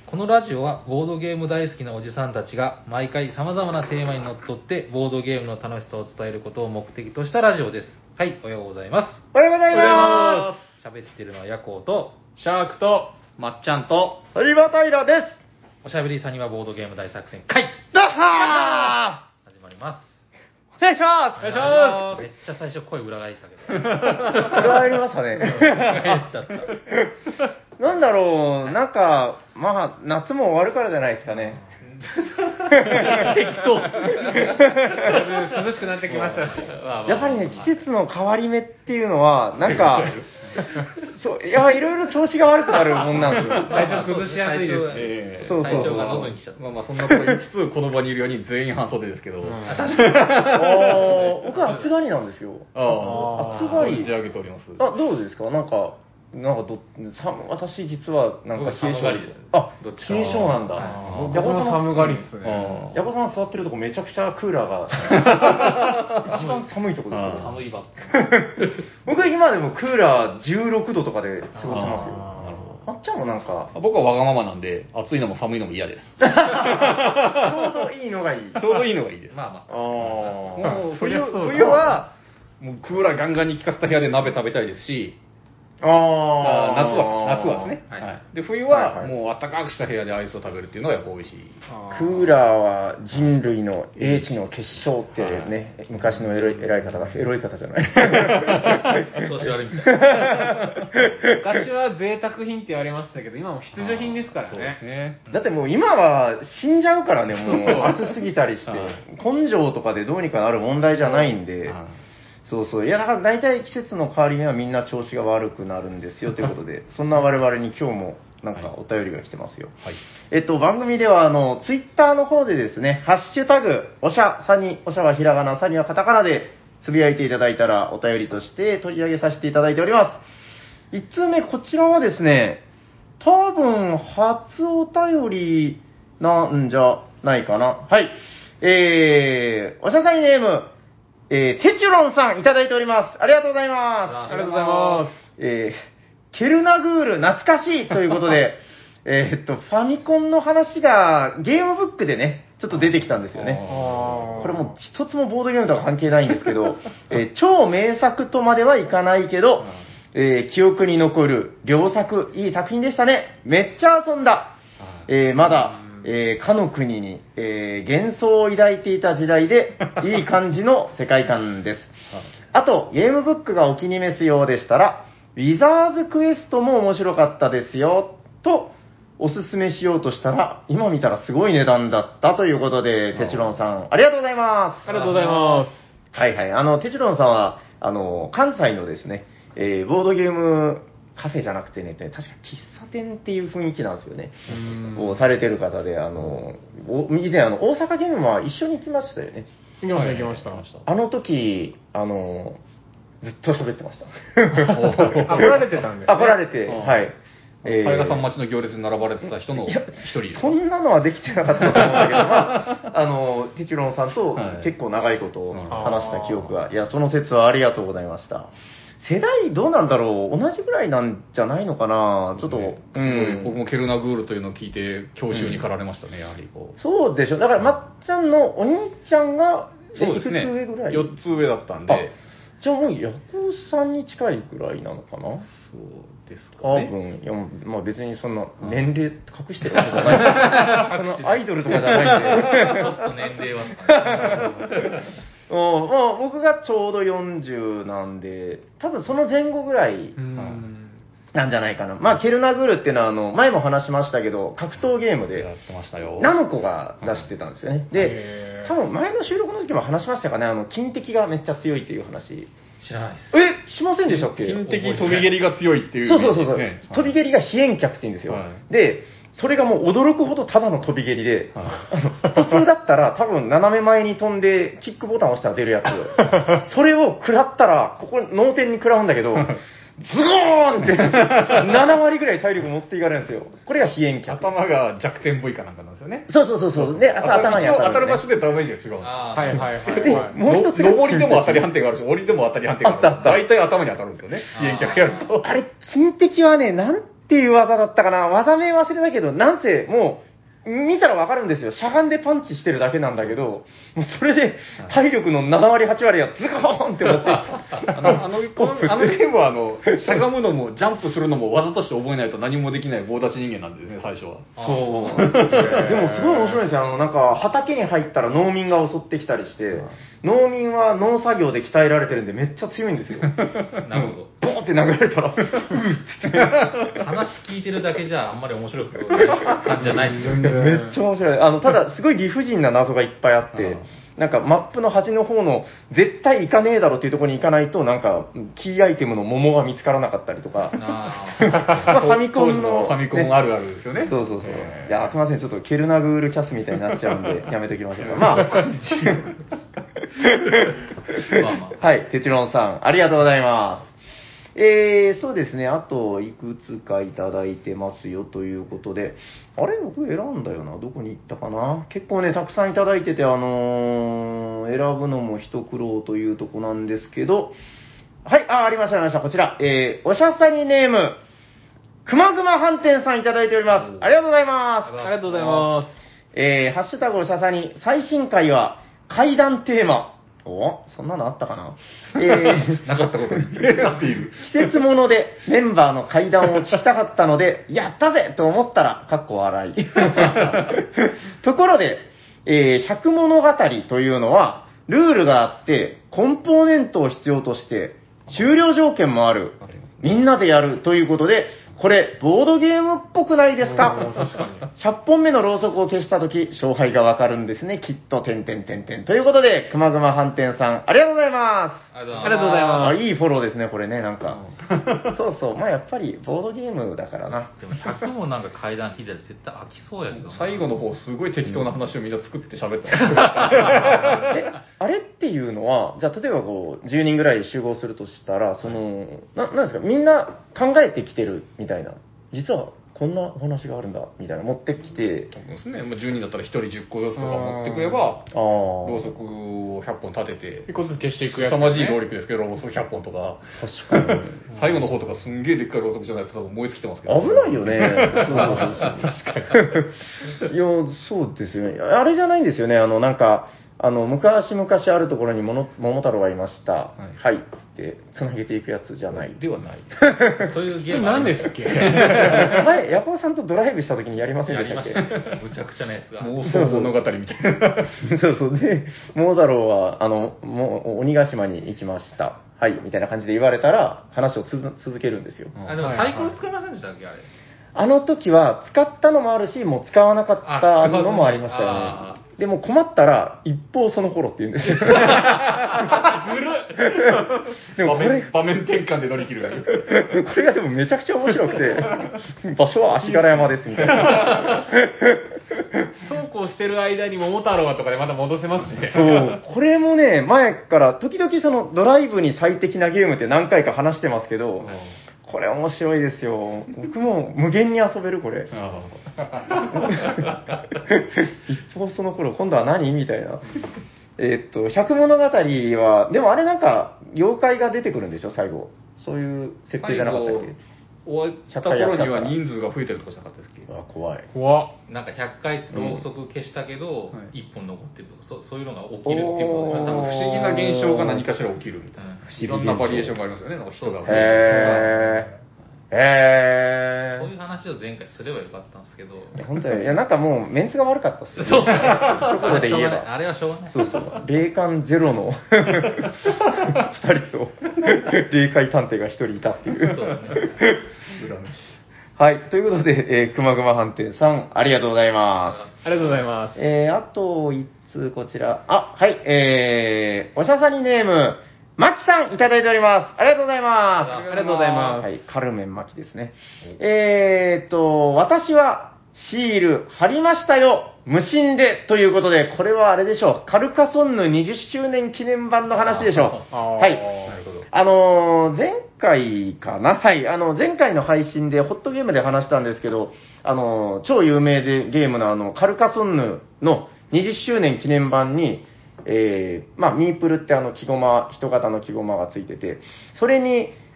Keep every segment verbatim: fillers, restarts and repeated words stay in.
このラジオはボードゲーム大好きなおじさんたちが毎回様々なテーマにのっとってボードゲームの楽しさを伝えることを目的としたラジオです。はい、おはようございます。 おはようございま喋ってるのはヤコウとシャークとまっちゃんとす。リバタイラです。 おしゃべりさんにはボードゲーム大作戦会ダッハ始まります。 ーお願いします。 お願いしまめっちゃ最初声裏返ったけど。 裏返りましたね。 裏返っちゃった。 なんだろう、なんか、まあ、夏も終わるからじゃないですかね。 適当。 涼しくなってきましたし。 やっぱりね、季節の変わり目っていうのは、なんか、そう、いや、いろいろ調子が悪くなるもんなんですよ。 体調崩しやすいですし。 そうそうそう。 体調がどんどん来ちゃった。 まあまあそんなこと言いつつ、この場にいるように全員半袖ですけど。 あ、確かに。 あ僕は暑がりなんですよ。 あ暑がり。 存じ上げております。 あ、どうですかなんか、なんかど、さ私実はなんか冷え性僕寒がりです。 あどっち、か冷え性なんだ。 はいヤコさん寒がりっすね。 ヤコさん座ってるとこめちゃくちゃクーラーが一番寒いとこですよ。 寒いばっか。 僕は今でもクーラーじゅうろくどとかで過ごしてますよ。 あーなるほあっちゃんもなんか、 僕はわがままなんで、暑いのも寒いのも嫌です。 ちょうどいいのがいい。 ちょうどいいのがいいです。 まあまあ。 あもう冬そりゃそうだ冬は、もうクーラーガンガンに効かせた部屋で鍋食べたいですし、 あ。あ夏は、夏はですね。 はいはいで、冬はいははいもう暖かくした部屋でアイスを食べるっていうのがやっぱ美味しい。 クーラーは人類の英知の結晶ってね、昔のエロい偉い方が、エロい方じゃない。 調子悪いみたいな。 昔は贅沢品って言われましたけど、今も必需品ですからそうですね。 ね。 だってもう今は死んじゃうからね、もう暑すぎたりして、根性とかでどうにかなる問題じゃないんで、 はいそうそう、いやだから大体季節の変わり目はみんな調子が悪くなるんですよということで、そんな我々に今日もなんかお便りが来てますよ。 はい。 えっと、番組では、あの、ツイッターの方でですね、ハッシュタグ、おしゃ、さに、おしゃはひらがな、さにはカタカナで、つぶやいていただいたら、お便りとして取り上げさせていただいております。一通目、こちらはですね、多分、初お便りなんじゃないかな。はい。えー、おしゃさにネーム、えー、テチュロンさんいただいております。ありがとうございます。 ありがとうございます。 えー、ケルナグール懐かしいということで、えーっと、ファミコンの話がゲームブックでね、ちょっと出てきたんですよね。これもう一つもボードゲームとは関係ないんですけど、えー超名作とまではいかないけど、えー記憶に残る良作、いい作品でしたね。めっちゃ遊んだ。えーまだ、えー、かの国に、えー幻想を抱いていた時代で、いい感じの世界観です。あと、ゲームブックがお気に召すようでしたら、ウィザーズクエストも面白かったですよ、と、おすすめしようとしたら、今見たらすごい値段だったということで、テチロンさん、ありがとうございます。 ありがとうございます。 はいはい。あの、テチロンさんは、あの、関西のですね、えーボードゲームカフェじゃなくてね、確か喫茶店っていう雰囲気なんですよね。をされてる方で、あの、お以前、あの、大阪ゲームは一緒に行きましたよね。 行きました、行きました。 あの時、あの、ずっと喋ってました。 あ、来られてたんですね。 あ、来られて、 うんはい。えー平さん待ちの行列に並ばれてた人のいや一人ですそんなのはできてなかったと思うんだけど、まあ、あの、テチロンさんとはい結構長いことうん話した記憶が、いや、その説はありがとうございました。世代どうなんだろう同じぐらいなんじゃないのかなちょっと、 ねすごい僕もケルナグールというのを聞いて教習に駆られましたね、やはりこう。 そうでしょ。だから、まっちゃんのお兄ちゃんが、えそうですね。 いくつ上ぐらいよっつ上だったんで。 あじゃあもう、ヤコウさんに近いぐらいなのかなそうですか多ね。 分、いや、まあ別にそんな年齢隠してるわけじゃないです。そのアイドルとかじゃないんで。 ちょっと年齢は。 うんまあ、僕がちょうどよんじゅうなんで、多分その前後ぐらいうん。 なんじゃないかな。まあ、ケルナグールっていうのは、あの、前も話しましたけど、格闘ゲームやで、 ってましたよ。 ナムコが出してたんですよね。でへ、ー多分前の収録の時も話しましたかね、あの、金敵がめっちゃ強いっていう話。 知らないです。 え、しませんでしたっけ金的飛び蹴りが強いっていうイメそうそうそうそう、 ージですね。 飛び蹴りが飛燕脚って言うんですよ。 はで、それがもう驚くほどただの飛び蹴りで、 はいあの普通だったら多分斜め前に飛んでキックボタン押したら出るやつ。それを食らったら、ここ脳天に食らうんだけど、ズゴーンってなな割ぐらい体力持っていかれるんですよ。これが飛燕脚。 頭が弱点部位かなんかなんですよね。 そうそうそうそう。で、頭に当たる、ね。 一応当たる場所でダメージが違うんですよ。 あはいはいはいではい。 もう一つの上りでも当たり判定があるし、降りでも当たり判定がある。 あったあった大体頭に当たるんですよね。飛燕脚やると。 あれ、金敵はね、なんていう技だったかな、技名忘れたけど、なんせもう、見たらわかるんですよ。しゃがんでパンチしてるだけなんだけど、もうそれで体力のなな割はち割がズコーンって持って、 あの、あの、このあのゲームは、あの、しゃがむのも、ジャンプするのも技として覚えないと何もできない棒立ち人間なんですね、最初は。 そう。でもすごい面白いですよ。あの、なんか、畑に入ったら農民が襲ってきたりして、農民は農作業で鍛えられてるんでめっちゃ強いんですよ。 なるほど。 ボーって殴られたら、うーっつって。 話聞いてるだけじゃあんまり面白くない感じじゃないですよね。 めっちゃ面白い。あの、ただ、すごい理不尽な謎がいっぱいあって、なんかマップの端の方の、絶対行かねえだろっていうところに行かないと、なんか、キーアイテムの桃が見つからなかったりとか。 あまあファミコンの、 ファミコンあるあるですよね。 そうそうそう。いや、すみません、ちょっとケルナグールキャスみたいになっちゃうんで、やめときましょうか。まあ、 まあまあ。 はい、テチロンさん、ありがとうございます。えー、そうですね、あといくつかいただいてますよということで、あれ、僕選んだよな、どこに行ったかな、結構ね、たくさんいただいてて、あのー、選ぶのも一苦労というとこなんですけど、はい、あ、ありました、ありました、こちら、えー、おしゃさにネーム、くまぐま飯店さんいただいております。ありがとうございます。 ありがとうございます。 えー、ハッシュタグおしゃさに、最新回は怪談テーマ。おそんなのあったかなえー、 なかったことになっている。 季節ものでメンバーの怪談を聞きたかったので、やったぜと思ったら、かっこ笑い。ところで、えー、百物語というのは、ルールがあって、コンポーネントを必要として、終了条件もある。みんなでやるということで、これ、ボードゲームっぽくないですか？ひゃっぽんめのろうそくを消したとき、勝敗がわかるんですね、きっと、てんてんてんてん。ということで、くまぐま飯店さん、ありがとうございます。 ありがとうありがとうございますあ、いいフォローですね、これね、なんか。そうそう、まあやっぱり、ボードゲームだからな。 でもひゃくもなんか階段引いたら絶対飽きそうやけどな。 最後の方、すごい適当な話をみんな作って喋った。 え、あれっていうのは、じゃあ例えばこう、じゅうにんぐらい集合するとしたら、その、ななんですか、みんな考えてきてるみたいな。実はこんなお話があるんだ、みたいな、持ってきて。 多分ですね。まあ、じゅうにんだったらひとりじゅっこずつとか持ってくれば、 ああ。 ろうそくをひゃっぽん立てて、 一個ずつ消していくやつ、ね。 凄まじい労力ですけど、ろうそくひゃっぽんとか、 確かに。 最後の方とかすんげえでっかいろうそくじゃないと多分燃え尽きてますけど。 危ないよね。そうそうそうそう。いや、そうですよね。あれじゃないんですよね。あの、なんか、あの、昔々あるところにもの桃太郎がいました。はい。つって、つなげていくやつじゃない。 ではない。 そういうゲーム何ですっけ前、ヤコウさんとドライブした時にやりませんやでしたっけりました。むちゃくちゃなやつが。 妄想物語みたいな。 そうそう。で、桃太郎は、あの、もう、鬼ヶ島に行きました。はい。みたいな感じで言われたら、話をつづ続けるんですよ。 あ、でもサイコロ使いませんでしたっけ、あれ。 あの時は、使ったのもあるし、もう使わなかったのもありましたよあね。でも困ったら、一方その頃って言うんですよ。 ずるっでもこれ、 場面転換で乗り切る。 これがでもめちゃくちゃ面白くて、場所は足柄山ですみたいな。 そうこうしてる間に桃太郎はとかでまた戻せますしね。 そう、これもね、前から時々そのドライブに最適なゲームって何回か話してますけど、これ面白いですよ。僕も無限に遊べる、これ。一方その頃、今度は何みたいな。えーっと、百物語は、でもあれなんか、妖怪が出てくるんでしょ、最後。そういう設定じゃなかったっけ？ 終わった頃には人数が増えてるとかじゃなかったですっけ？ うわ、怖い。 怖っ。 なんかひゃっかいろうそく消したけど、 はいいっぽん残ってるとか、そうそういうのが起きるっていうことで、 おー多分不思議な現象が何かしら起きるみたいな。 不思議現象いろんなバリエーションがありますよね、なんか人が増えるへー。へー。 そういう話を前回すればよかったんですけど、 いや、本当に、いや、なんかもう、メンツが悪かったっすよ、ね。 そう一言で言えば。 あれはしょうがない。 そうそう。霊感ゼロの二人と、霊界探偵が一人いたっていう。 そうですね。 裏飯。 はい。ということで、えー、くまぐま飯店さん、ありがとうございまありがとうございます。 す。えー、あと一通こちら。あ、はい。えー、おしゃさにネーム、マキさんいただいております。ありがとうございます。 ありがとうございますはい。カルメンマキですね。えーっと、私はシール貼りましたよ。無心で。ということで、これはあれでしょう。カルカソンヌにじゅっしゅうねん記念版の話でしょう。 あーはい。 なるほど。 あのー前回かなはい。あの、前回の配信でホットゲームで話したんですけど、あのー超有名でゲームのあの、カルカソンヌのにじゅっしゅうねん記念版に、えー、まあ、ミープルってあの、木駒、人型の木駒がついてて、それに、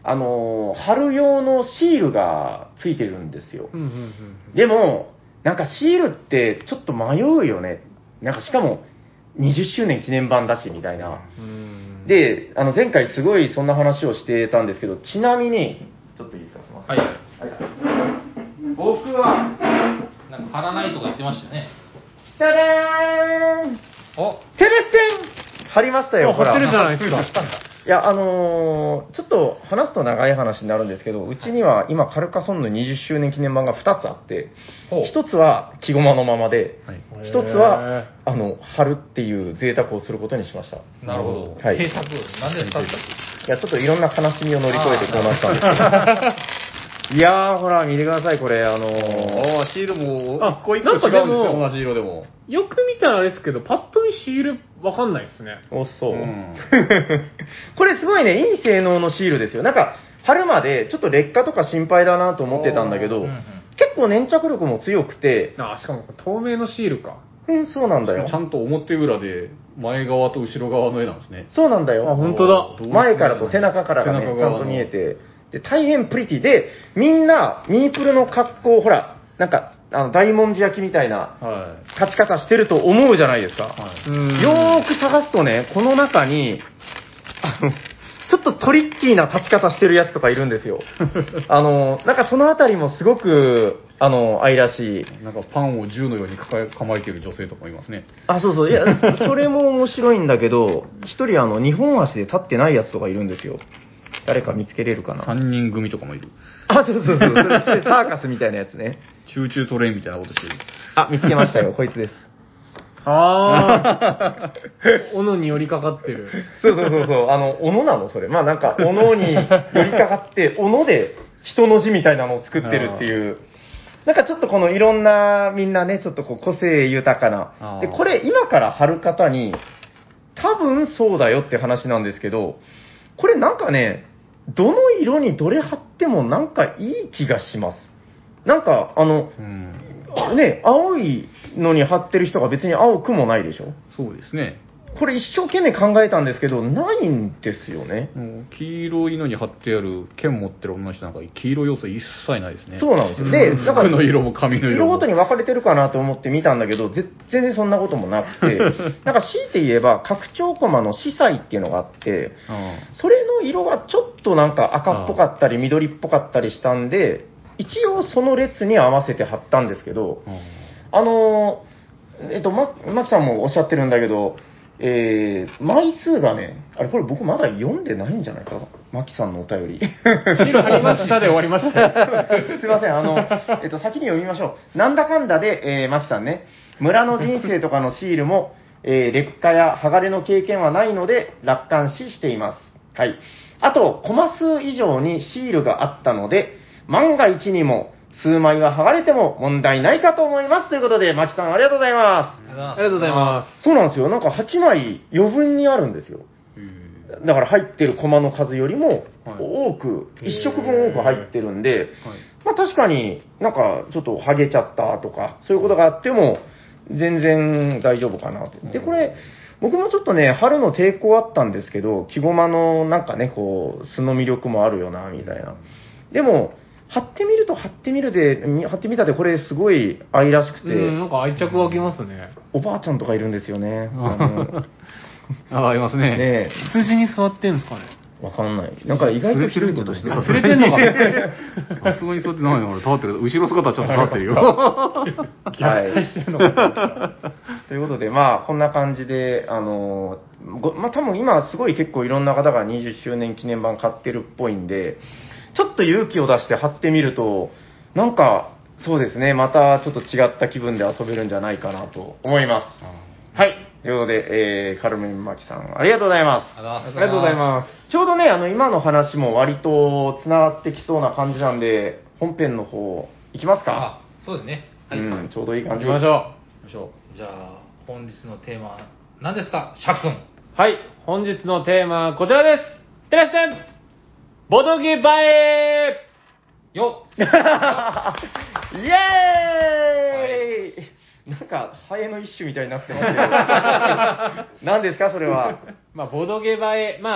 あのー、貼る用のシールがついてるんですよ。 うんうんうんでも、なんかシールってちょっと迷うよね。なんかしかもにじゅっしゅうねん記念版だしみたいな。 うんで、あの前回すごいそんな話をしてたんですけど、ちなみに、ちょっといいですか、すみません。 はい。 はい、僕は、 なんか貼らないとか言ってましたよね。 じゃでーんおテレステン貼りましたよ、 あ貼ってるじゃないですか貼ったんだ。 いや、あのーちょっと話すと長い話になるんですけど、うちには今、カルカソンヌにじゅっしゅうねん記念版がふたつあってほう、 ひとつは木駒のままではい、 ひとつは、あの、貼るっていう贅沢をすることにしました。 なるほど。 はい制作、なんで使ったっいや、ちょっといろんな悲しみを乗り越えてこうなったんですけど。いやー、ほら、見てください、これ、あのー、 ああ、シールもあ一個一個違うんですなんかでもよ、同じ色でも。 よく見たらあれですけど、パッと見シールわかんないですね。 おそう、 うんこれすごいね、いい性能のシールですよ。なんか、貼るまでちょっと劣化とか心配だなと思ってたんだけど、 うんうん結構粘着力も強くて、 あ、しかも透明のシールか。 うん、そうなんだよち。ゃんと表裏で前側と後ろ側の絵なんですね。 そうなんだよ。 あ本当だどう前からと背中からがね、ちゃん背中側のと見えて、で、大変プリティで、みんな、ミニプルの格好、ほら、なんか、あの、大文字焼きみたいなは勝ち方してると思うじゃないですか。 い。はい。 うんよーく探すとね、この中に、あの、ちょっとトリッキーな立ち方してるやつとかいるんですよ。あの、なんかそのあたりもすごく、あの、愛らしい。 なんかパンを銃のように抱え構えている女性とかもいますね。 あ、そうそう。いや、そそれも面白いんだけど、一人あの、二本足で立ってないやつとかいるんですよ。誰か見つけれるかな。 三人組とかもいる。 あ、そうそうそう。それそれサーカスみたいなやつね。 チューチュートレインみたいなことしてる。 あ、見つけましたよ。こいつです。 ああ、斧に寄りかかってる。 そうそうそうそう。あの、斧なのそれ。まあなんか、斧に寄りかかって、斧で人の字みたいなのを作ってるっていう。なんかちょっとこのいろんな、みんなね、ちょっとこう個性豊かな。 あーで、これ今から貼る方に、多分そうだよって話なんですけど、これなんかね、どの色にどれ貼ってもなんかいい気がします。なんか、あの、 うん。 ね、青いのに貼ってる人が別に青くもないでしょ。 そうですね。 これ一生懸命考えたんですけど、ないんですよね。 もう黄色いのに貼ってある剣持ってる女の人なんか黄色要素一切ないですね。 そうなんですよ。で、だから、 服の色も髪の色も。 色ごとに分かれてるかなと思って見たんだけど、ぜ全然そんなこともなくて、なんか強いて言えば、拡張コマの司祭っていうのがあって、 あそれの色がちょっとなんか赤っぽかったり、緑っぽかったりしたんで、一応その列に合わせて貼ったんですけど、 あ。 あのー、えっと、ま、マキさんもおっしゃってるんだけど、えー、枚数がね、あれ、これ僕まだ読んでないんじゃないかな、マキさんのお便り。 シール貼りましたで終わりましたよ。 すいません、あの、えっと、先に読みましょう。なんだかんだで、えー、マキさんね、村の人生とかのシールも、えー、劣化や剥がれの経験はないので、楽観視しています。はい。あと、コマ数以上にシールがあったので、万が一にも、数枚は剥がれても問題ないかと思います。ということで、マキさんありがとうございま。 ありがとうございますそうなんですよ。なんかはちまい余分にあるんですよ。 へだから入ってるコマの数よりもはい多く、一色分多く入ってるんで、 ーはい。 まあ確かになんかちょっとハゲちゃったとか、そういうことがあっても全然大丈夫かなと。で、これ、僕もちょっとね、春の抵抗あったんですけど、木駒のなんかね、こう、素の魅力もあるよな、みたいな。でも、貼ってみると貼ってみるで、み貼ってみたでこれすごい愛らしくて、 うん、なんか愛着湧きますね。 おばあちゃんとかいるんですよね。あのああ、いますね。 ねえ、 羊に座ってんですかね。 わかんない。なんか意外とひどいことしてる。 忘れてんのかな。 さすがにそうやってないの、立ってる。後ろ姿はちょっと立ってるよ。 虐待してるのか。 ということで、まあ、こんな感じで、あのごまあ、多分今すごい結構いろんな方がにじゅっしゅうねん記念版買ってるっぽいんで、ちょっと勇気を出して貼ってみると、なんか、そうですね、またちょっと違った気分で遊べるんじゃないかなと思います。はい。ということで、えー、カルメンマキさん、ありがとうございます。 あありがとうございます。 ちょうどね、あの、今の話も割と繋がってきそうな感じなんで、本編の方、いきますか。 あ、そうですね。はい。 うん、ちょうどいい感じ。 行きましょよいしょじゃあ、本日のテーマ、何ですかシャー君。 う。はい、本日のテーマはこちらです。テレステンボドゲ映えよっイエーイ、なんか、ハエの一種みたいになってますけど。何ですか、それは。 まあ、ボドゲ映え、まあ、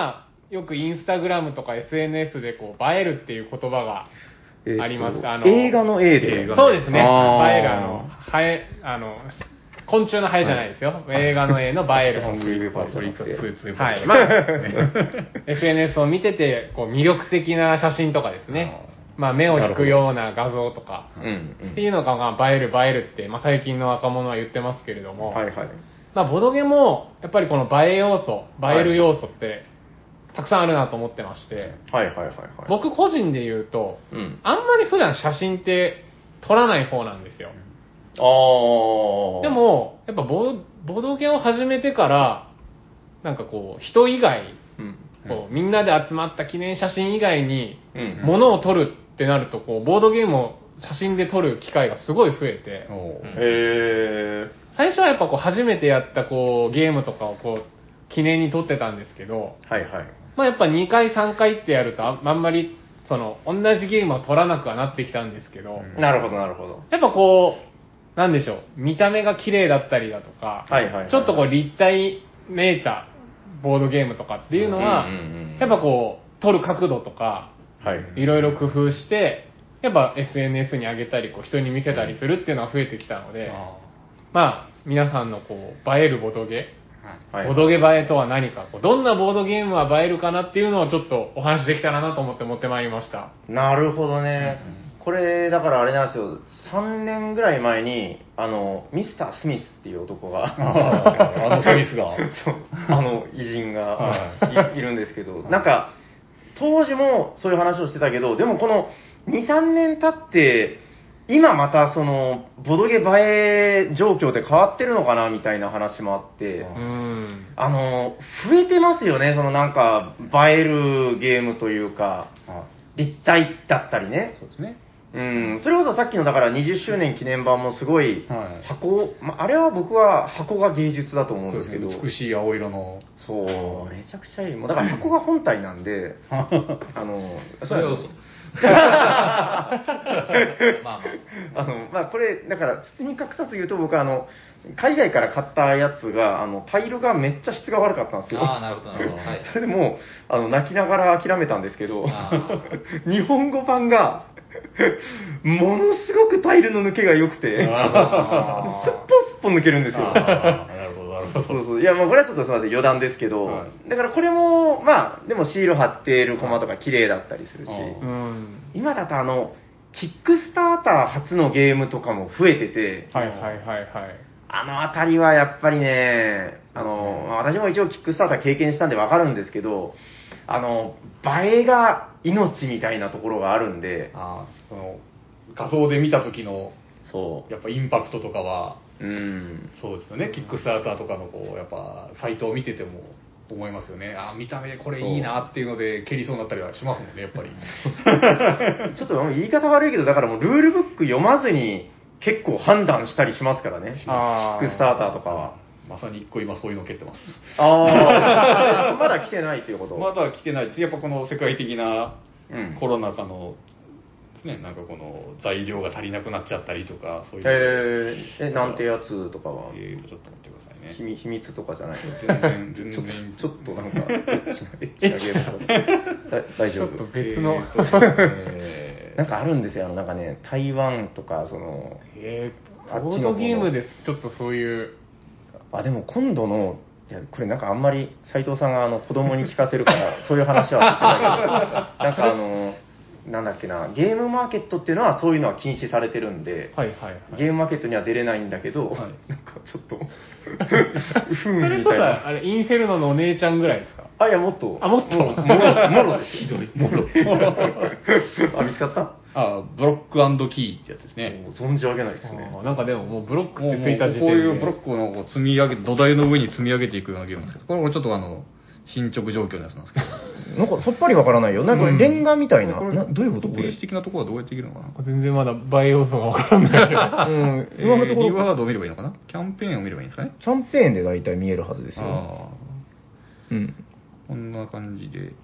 よくインスタグラムとか エスエヌエス でこう映えるっていう言葉がえーとあります。あの映画の A で。 そうですね。 あー映える、あの、ハエ、あの、昆虫のハエじゃないですよ。映画の A の映える。 ハングリーパートリックスーツはい。まあ、エスエヌエス を見てて、こう、魅力的な写真とかですね。まあ、目を引くような画像とか、 うんうんっていうのが、まあ、映える映えるって、まあ、最近の若者は言ってますけれども、 はいはい。 まあ、ボドゲも、やっぱりこの映え要素、映える要素って、たくさんあるなと思ってまして、 はいはいはいはい。 僕個人で言うと、 うん。 あんまり普段写真って撮らない方なんですよ。 あー。 で、も、やっぱボボドゲを始めてから、なんかこう、人以外、 うん。 こうみんなで集まった記念写真以外に、 うん物を撮るってなると、こう、ボードゲームを写真で撮る機会がすごい増えて、 おーへー。 最初はやっぱこう、初めてやったこう、ゲームとかをこう、記念に撮ってたんですけど、 はいはい。 まあやっぱにかいさんかいってやるとああんまりその同じゲームは撮らなくはなってきたんですけど、 なるほどなるほど。 やっぱこうなんでしょう、見た目が綺麗だったりだとか、 はいはいはいはいちょっとこう立体めいたボードゲームとかっていうのは、 うんうんうんうんやっぱこう撮る角度とかはい。 いろいろ工夫してやっぱ エスエヌエス に上げたりこう人に見せたりするっていうのが増えてきたので、まあ皆さんのこう映えるボードゲはいボードゲ映えとは何か、こうどんなボードゲームは映えるかなっていうのをちょっとお話できたらなと思って持ってまいりました。 なるほどね。これ、だからあれなんですよ。さんねんぐらい前に、あの、ミスター・スミスっていう男が、 ああのスミスが。 そう、あの偉人がはいいるんですけど、なんか、当時もそういう話をしてたけど、でもこのに、さんねん経って、今またその、ボドゲ映え状況って変わってるのかなみたいな話もあって、 うーん。 あの、増えてますよね、そのなんか、映えるゲームというか、立体だったりね。 そうですね。 うん、それこそさっきのだからにじゅっしゅうねん記念版もすごいはい箱、まあれは僕は箱が芸術だと思うんそうでけど、 ですすね。美しい青色の。 そう、めちゃくちゃいい。もうだから箱が本体なんで、あの、 それは嘘。 ままあまあの、まあこれ、だから包み隠さず言うと僕はあの、海外から買ったやつが、あの、タイルがめっちゃ質が悪かったんですよ。 ああ、なるほど、なるほど。はい。 それでもう、あの、泣きながら諦めたんですけどあ、 日本語版が、ものすごくタイルの抜けが良くて、すっあーぽすっぽ抜けるんですよ。 あーなるほど、なるほど。 そうそう。いや、もうこれはちょっとすみません、余談ですけど、 はだからこれも、まあ、でもシール貼ってるコマとか綺麗だったりするし、 あうーん。 今だとあの、キックスターター初のゲームとかも増えてて、 はいはいはいはい。 あのあたりはやっぱりね、あの、まあ私も一応キックスターター経験したんでわかるんですけど、あの、映えが命みたいなところがあるんで、 あーその画像で見た時のそやっぱインパクトとかはう。うん。 そうですよね。キックスターターとかのこうやっぱサイトを見てても思いますよね。あー見た目これいいなっていうので蹴りそうになったりはしますもんね、やっぱり。 ちょっと言い方悪いけど、だからもうルールブック読まずに結構判断したりしますからね。キあーックスターターとかは。 まさに一個今そういうの蹴ってます。 ああ、まだ来てないということ。 まだ来てないです。やっぱこの世界的なうんコロナ禍のですね、なんかこの材料が足りなくなっちゃったりとか、そういうのえー、え、なんてやつとかは、 えーとちょっと待ってくださいね。 秘密秘密とかじゃない全然全ちょっ然と、ちょっとなんか、エッチな、エッチなゲームとかだ大丈ちょっと夫。 別の、 えーとえーなんかあるんですよ、あのなんかね、台湾とか、その、 えー、 あっちの方のボードゲームでちょっとそういう、 あ、でも今度の、いや、これなんかあんまり斉藤さんがあの子供に聞かせるから、そういう話は聞いてないけど、なんかあの、なんだっけな、ゲームマーケットっていうのはそういうのは禁止されてるんで、 はいはいはい。 ゲームマーケットには出れないんだけど、 はいなんかちょっと、ふそんれこそ、 みたいな。 あれ、インフェルノのお姉ちゃんぐらいですか？ あ、いや、もっと。 あもっともうもろ、もろです。ひどい。もろ。あ、見つかったあ、ブロックキーってやつですね。 もう存じ上げないですねあ。ーなんかでももうブロックもうってついた時点で。 こういうブロックをなんか積み上げ、土台の上に積み上げていくようなゲームなんですけど、これもちょっとあの、進捗状況のやつなんですけど。 なんかさっぱりわからないよ。なんかレンガみたいな。 これなどういうことこれページ。的なところはどうやっていけるのかな。 全然まだ映え要素がわからないけど。 うん、今のとこえーリワろ、 ードを見ればいいのかな。キャンペーンを見ればいいんですかね。 キャンペーンで大体見えるはずですよ。 あうん。 あ、こんな感じで、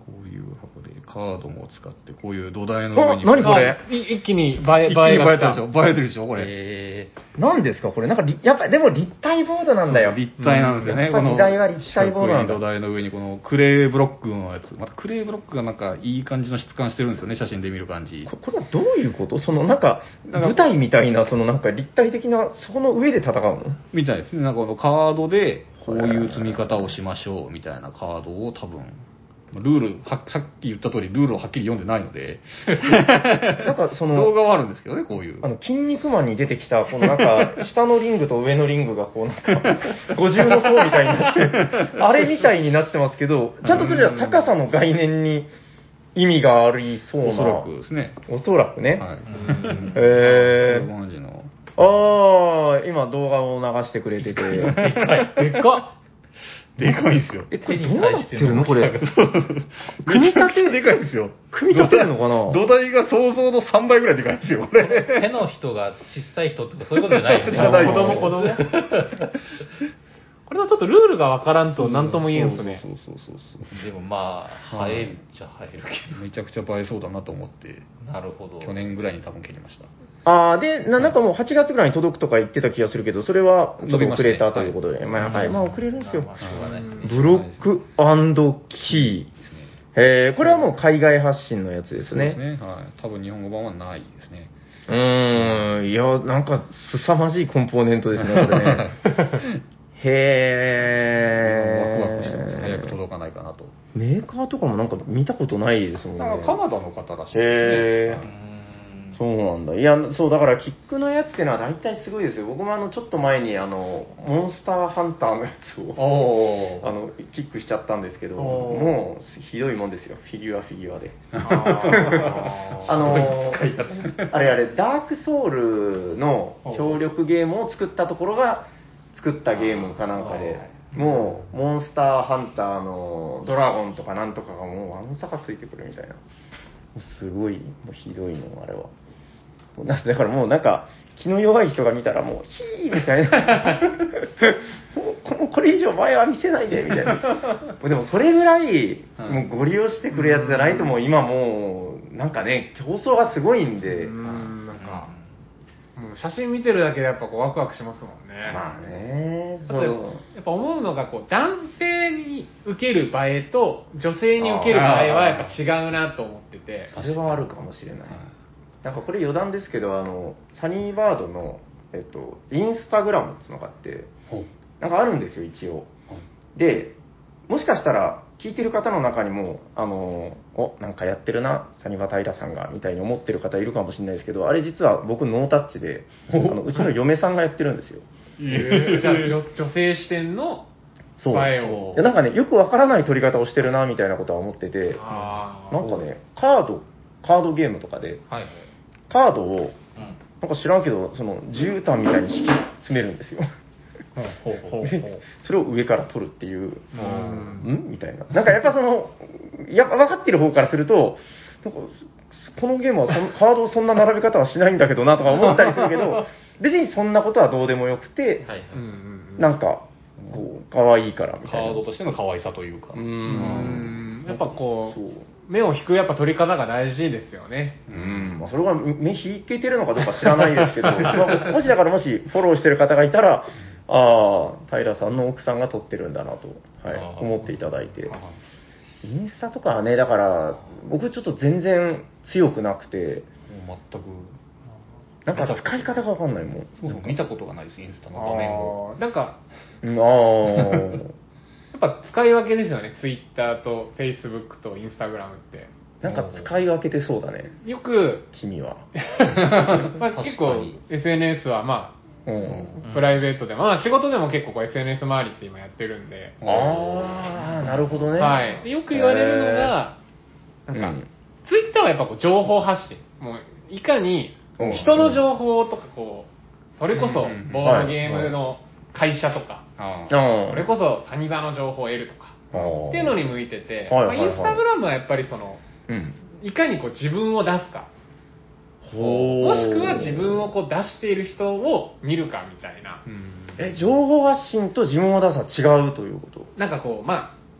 こういう箱でカードも使ってこういう土台の上にあ何これあい一気に映え、映え一気に映えが来たてるでしょ映えてるでしょこれ、 え何ですかこれなんかり、やっぱでも立体ボードなんだよ。 立体なんですよね、 やっぱ時代は立体ボードなんだ四角い土台の上にこのクレーブロックのやつ、またクレーブロックがなんかいい感じの質感してるんですよね、写真で見る感じ。 ここれはどういうことそのなんか、舞台みたいな、そのなんか立体的な、そこの上で戦うのみたいですね。なんかこのカードでこういう積み方をしましょうみたいなカードを多分、ルールは、さっき言った通りルールをはっきり読んでないので、 なんかその、 動画はあるんですけどね、こういう。 あの、筋肉マンに出てきた、このなんか、下のリングと上のリングがこうなんか、五重の塔みたいになって、あれみたいになってますけど、ちゃんとそれは高さの概念に意味がありそうな。 おそらくですね。 おそらくね。 はい。 へー。 こういう感じの。 あー、今動画を流してくれてて。 でっかい。でっかでかいんですよ。 え、これどうなってるのこれ。 組み立てでかいんですよ。 組み立てるのかな土台が想像のさんばいぐらいでかいんですよ、これ。 ー、手の人が小さい人とかそういうことじゃないよね。 じゃない子供子供これはちょっとルールがわからんと何とも言えんすね。 そうそうそうそう。 でもまあ、 はい映えるっちゃ映えるけめちゃくちゃ映えそうだなと思って、 ど。なるほど。 去年ぐらいに多分蹴りました。 あー、で、ななんかもうはちがつぐらいに届くとか言ってた気がするけど、それはちょっと遅れたということで。まあ、はい、まあ遅れるんですよま。あ、しょうがないですね。 ブロックキー。えー、これはもう海外発信のやつですね。 そうですね。はい。多分日本語版はないですね。 うーん、いや、なんか凄まじいコンポーネントですね、これね。へー。 ワクワクしてます。早く届かないかなと。 メーカーとかもなんか見たことないですもんね。 なんかカナダの方らしいですね。 へー。 うーんそうなんだ。いや、そう、だから、キックのやつってのは大体すごいですよ。僕もあの、ちょっと前に、あの、モンスターハンターのやつを、 おー。 あの、キックしちゃったんですけど、 おーもう、ひどいもんですよ。フィギュア、フィギュアで。 ああの、あれあれ、ダークソウルの協力ゲームを作ったところが、作ったゲームかなんかで、もう、モンスターハンターのドラゴンとかなんとかがもう、あの差がついてくるみたいな。すごい、もうひどいの、あれは。なだからもうなんか、気の弱い人が見たらもう、ヒーみたいな。もうこのこれ以上前は見せないで、みたいな。でもそれぐらい、もうご利用してくるやつじゃないともう今もう、なんかね、競争がすごいんで。 うーん、なんか、もう写真見てるだけでやっぱこうワクワクしますもんね。 まあね、 あとやっぱ思うのがこう男性に受ける映えと女性に受ける映えはやっぱ違うなと思ってて。 それはあるかもしれない。なんかこれ余談ですけど、あの、サニーバードの、えっと、インスタグラムっていうのがあって、なんかあるんですよ、一応。で、もしかしたら、聞いてる方の中にも、あの、お、なんかやってるな、サニバタイラさんが、みたいに思ってる方いるかもしれないですけど、あれ実は僕ノータッチで、あのうちの嫁さんがやってるんですよ。 えーじゃあ女女性視点のそう。 映えをいやなんかね、よくわからない撮り方をしてるな、みたいなことは思ってて、 あーなんかね、カード、カードゲームとかで、 はい。 カードを、 うん。 なんか知らんけど、その、絨毯みたいに敷き詰めるんですよ。 ほうほうほうでそれを上から取るっていう、 うんんみたいな。なんかやっぱその、やっぱ分かってる方からすると、なんかこのゲームはそんカードをそんな並べ方はしないんだけどなとか思ったりするけど、別にそんなことはどうでもよくて、 はい。 うんうんうんなんか、こう、可愛いからみカたいな。 ードとしての可愛さというか。 うー。 うんんやっぱこそうう目を引くやっぱ取り方が大事ですよね。 うん、まあ、それが目引けてるのかどうか知らないですけど、まあもしだからもしフォローしてる方がいたら、ああ、平さんの奥さんが撮ってるんだなと、はいあ、ー思っていただいて。 あインスタとかはね、だから、僕ちょっと全然強くなくて、 もう全く、 なんか使い方がわかんないもん。 そもそも見たことがないです、インスタの画面を。 あーなんかうん、あやっぱ使い分けですよね。ツイッターとフェイスブックとインスタグラムって。 あ、なんか使い分けてそうだね、 よく、 君は。 まあ、結構 エスエヌエス はまうん。 あ、プライベートでも、まあ仕事でも結構こう エスエヌエス 周りって今やってるんで、 ああ、なるほどね。 はい。でよく言われるのが、 うん、 なんか、ツイッターはやっぱこう情報発信。もう、いかに人の情報とかこう、それこそうんうんボードゲームの会社とか、 ああそれこそサニバの情報を得るとか、 あーっていうのに向いてて、 はいはいはいまあインスタグラムはやっぱりその、 うん。 いかにこう自分を出すか、 ほもしくは自分をこう出している人を見るかみたいな、 うんえ、情報発信と自分を出すは違うということなんかこう、まあ、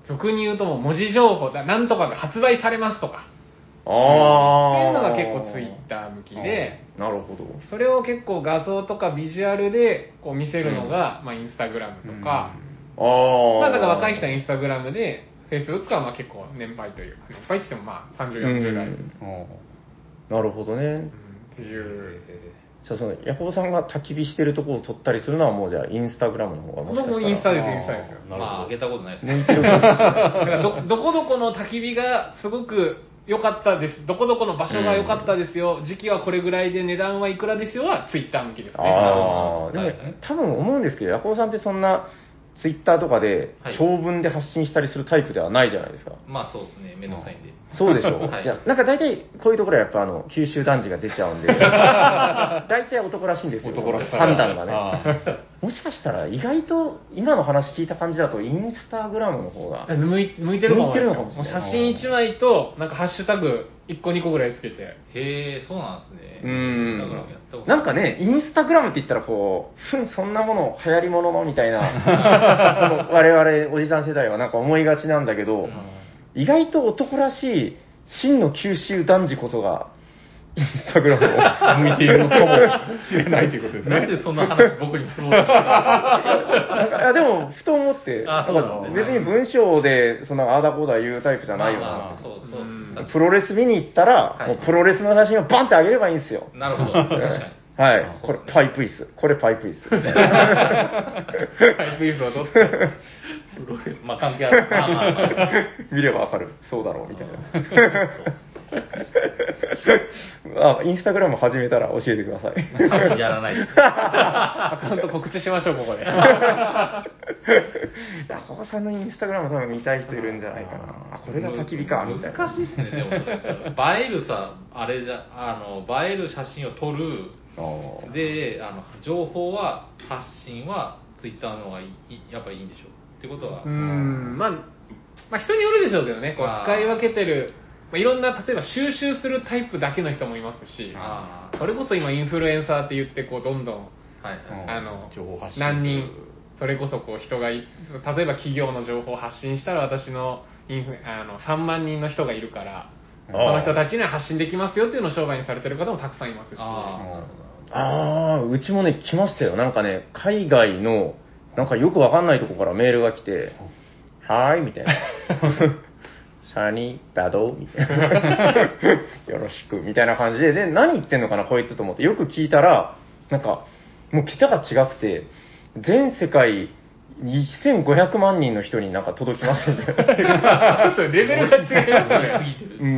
俗に言うともう文字情報だ、なんとかが発売されますとか、 ああ。 っていうのが結構ツイッター向きで、 なるほど。 それを結構画像とかビジュアルでこう見せるのが、うん、まあインスタグラムとか、うん、ああ。まあだから若い人はインスタグラムで、フェイスブックはまあ結構年配というか、年配って言ってもまあさんじゅう、よんじゅう代、うん。 なるほどね。うん、 っていう。 じゃあそのヤホーさんが焚き火してるところを撮ったりするのはもうじゃあインスタグラムの方がもしかしたら。 もうインスタです、インスタですよ。 まあ上げたことないですけど。だからど、どこどこの焚き火がすごく良かったです。どこどこの場所が良かったですよ。うん、時期はこれぐらいで値段はいくらですよはツイッター向きですね。 ああ、でも、多分思うんですけど、ヤホーさんってそんなツイッターとかで長文で発信したりするタイプではないじゃないですか。 まあそうですね、めんどくさいんで。 そうでしょう。はい、いや、なんか大体こういうところはやっぱあの、九州男児が出ちゃうんで、大体男らしいんですよ。 男らしさ。 判断がね。もしかしたら意外と今の話聞いた感じだとインスタグラムの方が向い向いてるかもしれない。 もう写真いちまいとなんかハッシュタグいっこにこぐらいつけて。 へえ、そうなんですね。 うん。なんかね、インスタグラムって言ったらこう、ふん、そんなもの流行りもののみたいな、我々おじさん世代はなんか思いがちなんだけど、うん、意外と男らしい真の九州男児こそが、インスタグラムを向いているのかもしれないということですね。 なんでそんな話僕に振ろうとしてるの？ いやでも、ふと思って、 あ、 なんか別に文章で、そのあーだこーだ言うタイプじゃないよな。まあまあそうそう。プロレス見に行ったら、はい、もうプロレスの写真をバンってあげればいいんですよ。 なるほど。確かに。 はい。これパイプ椅子。これパイプ椅子。パイプ椅子はどっち？ プロレス、まあ関係ある。まあまあまあ、 見ればわかる。そうだろう、みたいな。そうあ、インスタグラム始めたら教えてください。 やらないです。 アカウント告知しましょう、ここで。 ヤホーさんのインスタグラム多分見たい人いるんじゃないかな。あ、これが焚き火か、みたいな。 難しいですね、でもそれ。映えるさ、あれじゃ、あの、映える写真を撮る。で、あの、情報は、発信は、ツイッターの方がいいやっぱいいんでしょう。ってことは。 うーん、まあ、まあ人によるでしょうけどね、こう使い分けてる。まあ、いろんな、例えば収集するタイプだけの人もいますし、あそれこそ今インフルエンサーって言ってこうどんどん、はい、あの情報発信何人それこそこう人がい例えば企業の情報を発信したら私のインフあのさんまんにんの人がいるからその人たちには発信できますよっていうのを商売にされてる方もたくさんいますし、 ああうちもね来ましたよ。なんかね海外のなんかよくわかんないとこからメールが来てはーいみたいなシャニーバドみたいなよろしくみたいな感じで、で何言ってんのかなこいつと思ってよく聞いたらなんかもう桁が違くて全世界せんごひゃくまんにんの人になんか届きますみたいなちょっとレベルが違いますねうん、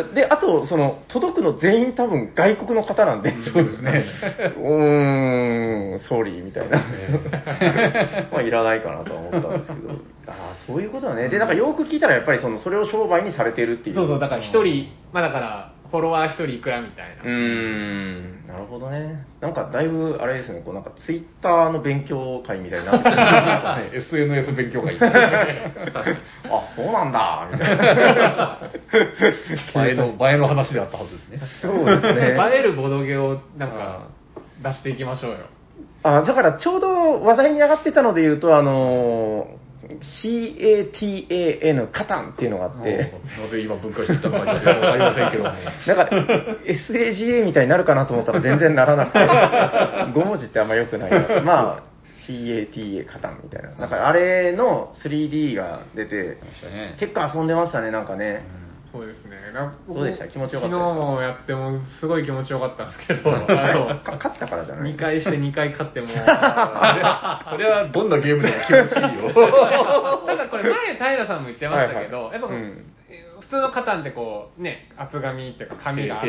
であとその届くの全員多分外国の方なんで、 そうですねうーんソーリーみたいなまあいらないかなとは思ったんですけどああそういうことだね。でなんかよく聞いたらやっぱりそのそれを商売にされてるっていうそうそうだから一人まあだからフォロワー一人いくらみたいなうーんなるほどね。なんかだいぶあれですねこうなんかツイッターの勉強会みたいになってるエスエヌエス 勉強会あそうなんだみたいな映えの映えの話であったはずですね。 そうですね映えるボドゲをなんか出していきましょうよ。 あだからちょうど話題に上がってたので言うとあのーシーエーティーエーエヌ カタンっていうのがあって、 なぜ今分解していったのかちょっとわかりませんけども、 なんか エスエージーエー みたいになるかなと思ったら全然ならなくて、ご文字ってあんま良くないから、まあ シーエーティーエー カタンみたいな、なんかあれの スリーディー が出て、結構遊んでましたねなんかね。 そうですね。 どうでした気持ちよかったですか？ 昨日もやってもすごい気持ちよかったんですけど、あの勝ったからじゃない？ にかいしてにかい勝っても、それはどんなゲームでも気持ちいいよ。 ただこれ前平さんも言ってましたけど、はいはい、やっぱ、うん、普通のカタンってこうね厚紙っていうか紙があって、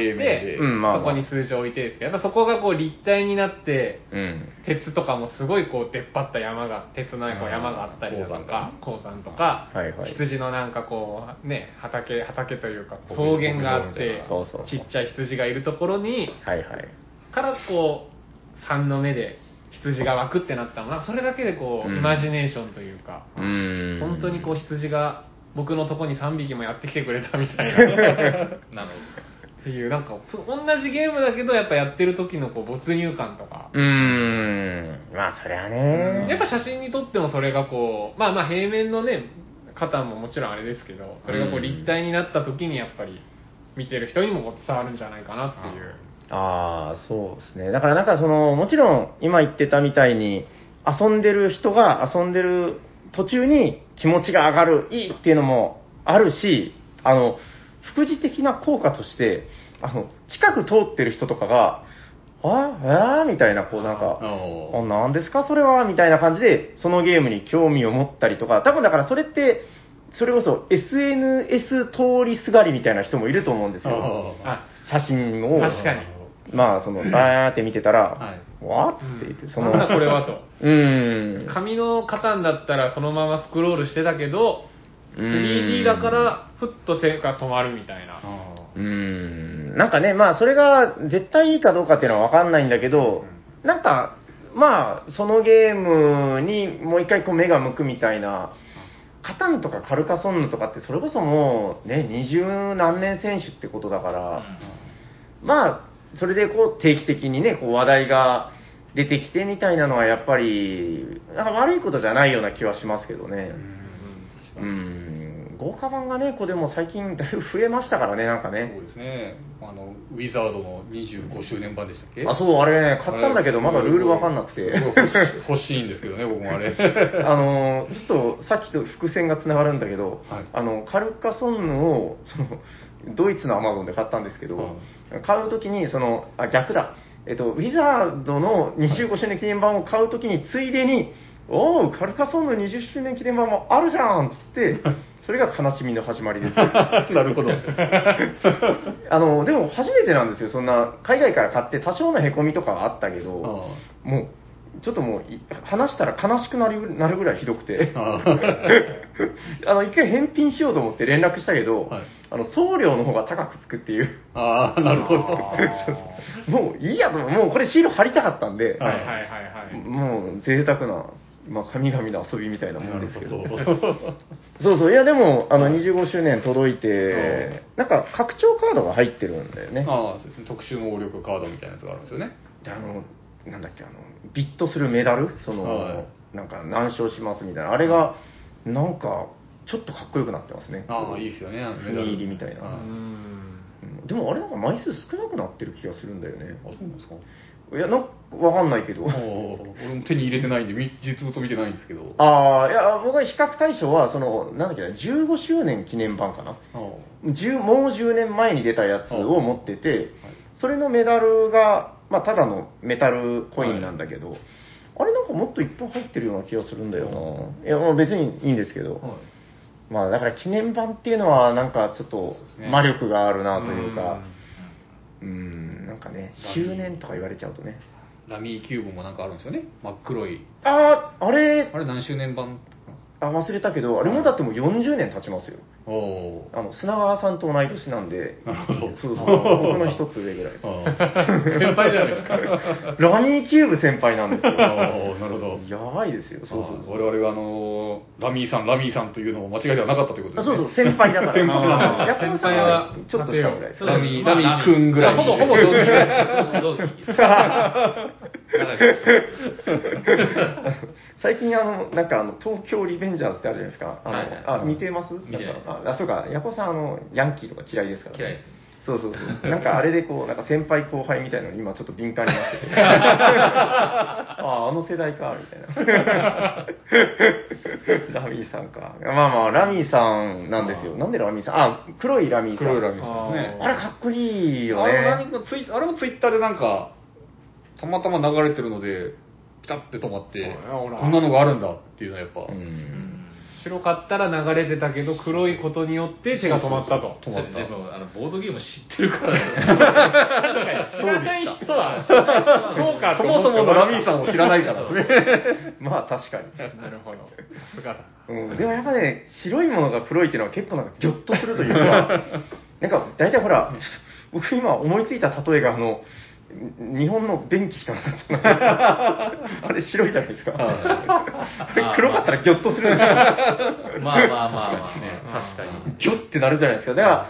うんまあまあ、そこに数字を置いてるんですけど、やっぱそこがこう立体になって、うん、鉄とかもすごいこう出っ張った山が鉄のこう山があったりだとか鉱山とか、はいはい、羊のなんかこうね畑畑というか草原があってそうそうちっちゃい羊がいるところに、 はいはい、 からこうさんの目で羊が湧くってなったのがそれだけでこう、うん、イマジネーションというか、うん、本当にこう羊が僕のとこにさんびきもやってきてくれたみたいななるほどっていうなんか同じゲームだけどやっぱやってる時のこう没入感とかうーんまあそりゃねやっぱ写真に撮ってもそれがこうまあまあ平面のねカタンももちろんあれですけど、それがこう立体になった時にやっぱり見てる人にもこう伝わるんじゃないかなっていう。 ああ、そうですね。だからなんかその、もちろん今言ってたみたいに、遊んでる人が遊んでる途中に気持ちが上がる、いいっていうのもあるし、あの、副次的な効果として、あの、近く通ってる人とかが、ああみたいな、こうなんか、あ、なんですかそれはみたいな感じで、そのゲームに興味を持ったりとか、多分だからそれって、それこそ エスエヌエス 通りすがりみたいな人もいると思うんですよ。写真を。 確かに。 まあ、その、バーって見てたら、はい、わっつって言って、その、 なんだこれはと。 うん。 紙のカタンだったらそのままスクロールしてたけど、スリーディー だから、ふっと手が止まるみたいな。 うーん。なんかね、まあ、それが絶対いいかどうかっていうのはわかんないんだけど、うん、なんか、まあ、そのゲームにもう一回こう目が向くみたいな、カタンとかカルカソンヌとかってそれこそもうね、二十何年選手ってことだから、うん、まあ、それでこう定期的にね、こう話題が出てきてみたいなのはやっぱり、なんか悪いことじゃないような気はしますけどね。うん、うん豪華版がね、こうでも最近だいぶ増えましたからね、なんかね。 そうですね。あの、ウィザードのにじゅうごしゅうねん版でしたっけ？ あ、そう、あれね、買ったんだけど、まだルールわかんなくて。 欲しいんですけどね、僕もあれ。 あの、ちょっとさっきと伏線がつながるんだけど、はい、あの、カルカソンヌを、その、ドイツのアマゾンで買ったんですけど、うん、買うときに、その、あ、逆だ。えっと、ウィザードのにじゅうごしゅうねん記念版を買うときに、ついでに、おう、カルカソンヌにじゅっしゅうねん記念版もあるじゃんっつって、それが悲しみの始まりです。 なるほど。 あの、でも初めてなんですよ。そんな、海外から買って多少の凹みとかはあったけど、もう、ちょっともう、話したら悲しくなるなるぐらいひどくて、あの、一回返品しようと思って連絡したけど、はい、あの、送料の方が高くつくっていう。 ああ、なるほど。 もういいやと、もうこれシール貼りたかったんで、 はいはいはいはい、 もう贅沢な、まあ、神々の遊びみたいなもんですけど。そうそう、いやでも、あの、にじゅうごしゅうねん届いて、なんか拡張カードが入ってるんだよね。 ああ、そうですね。特殊能力カードみたいなやつがあるんですよね。 で、あの、なんだっけ、あの、ビットするメダルその、はい、なんか、何勝しますみたいな。あれが、なんか、ちょっとかっこよくなってますね。 ああ、いいですよね。 墨入りみたいな。でもあれなんか枚数少なくなってる気がするんだよね。 あ、そうなんですか？ いや、なんかわかんないけど。 俺も手に入れてないんで、実物見てないんですけど。 ああ、いや、僕は比較対象は、その、なんだっけな、じゅうごしゅうねん記念版かな。もうじゅうねんまえに出たやつを持ってて、それのメダルが、まあ、ただのメタルコインなんだけど、はい、あれなんかもっといっぱい入ってるような気がするんだよな。いや、まあ、別にいいんですけど。はい、まあ、だから記念版っていうのは、なんかちょっと魔力があるなというか、うーん、なんかね、周年とか言われちゃうとね。 ラミーキューブもなんかあるんですよね。真っ黒い。 ああ、あれ。 あれ何周年版？ あ、忘れたけど、あれもだってもうよんじゅうねん経ちますよ。 おあの、砂川さんと同い年なんで、 なるほど。 そうそう、僕の一つ上ぐらい。 先輩じゃないですか。 ラミーキューブ先輩なんですよ。なるほど。 やばいですよ。そうそうそう。 我々があのー、ラミーさん、ラミーさんというのも間違いではなかったということですね。 そうそう、先輩だから。 先輩なんだ。 先輩はちょっと下ぐらいです。 ラミー、ラミーくんぐらい。 ほぼ、ほぼ同期。 最近あの、なんかあの、東京リベンジャーズってあるじゃないですか。あの、はいはい、あ、見てます？ 見てます。 あ、そうか、ヤコさんあの、ヤンキーとか嫌いですから、ね。 嫌いです。 そうそうそう。なんかあれでこう、なんか先輩後輩みたいなのに今ちょっと敏感になってて。ああ、あの世代か、みたいな。ラミーさんか。まあまあ、ラミーさんなんですよ。なんでラミーさん？あ、黒いラミーさん。 黒いラミーさんですね。 あれかっこいいよね。 あれ何かツイあれもツイッターでなんか、たまたま流れてるので、ピタッて止まって、こんなのがあるんだっていうのはやっぱ。うん白かったら流れてたけど、黒いことによって手が止まったと。 止まった。でも、あの、ボードゲーム知ってるから、ね。 知らない人は、そうか、 そもそものラミーさんを知らないからね。 まあ、確かに。 なるほど。 うん、でもやっぱね、白いものが黒いっていうのは結構なんかギョッとするというか、なんか、大体ほら、僕今思いついた例えが、あの、日本の便器しかなかった。あれ白いじゃないですか。あれ黒かったらギョッとするんですよ。 まあまあまあまあね、確かに。 ギョッてなるじゃないですか。だから、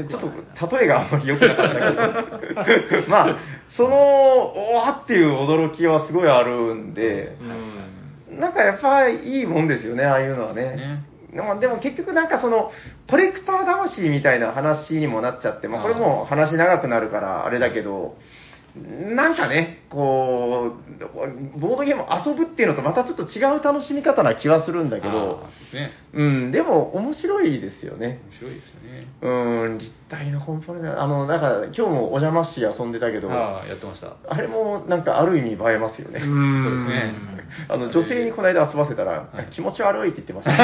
ちょっと例えがあんまり良くなかったけど。まあ、その、おわっていう驚きはすごいあるんで、なんかやっぱりいいもんですよね、ああいうのはね。 まあでも結局なんかその、コレクター魂みたいな話にもなっちゃって、まあこれも話長くなるからあれだけど、なんかね、こう、ボードゲーム遊ぶっていうのとまたちょっと違う楽しみ方な気はするんだけど、 ね、 うん、でも面白いですよね。 面白いですよね。 うん、立体のコンポーネント、あの、だから今日もお邪魔し遊んでたけど、 ああ、やってました。 あれもなんかある意味映えますよね。 そうですね。 あの、女性にこの間遊ばせたら、気持ち悪いって言ってました。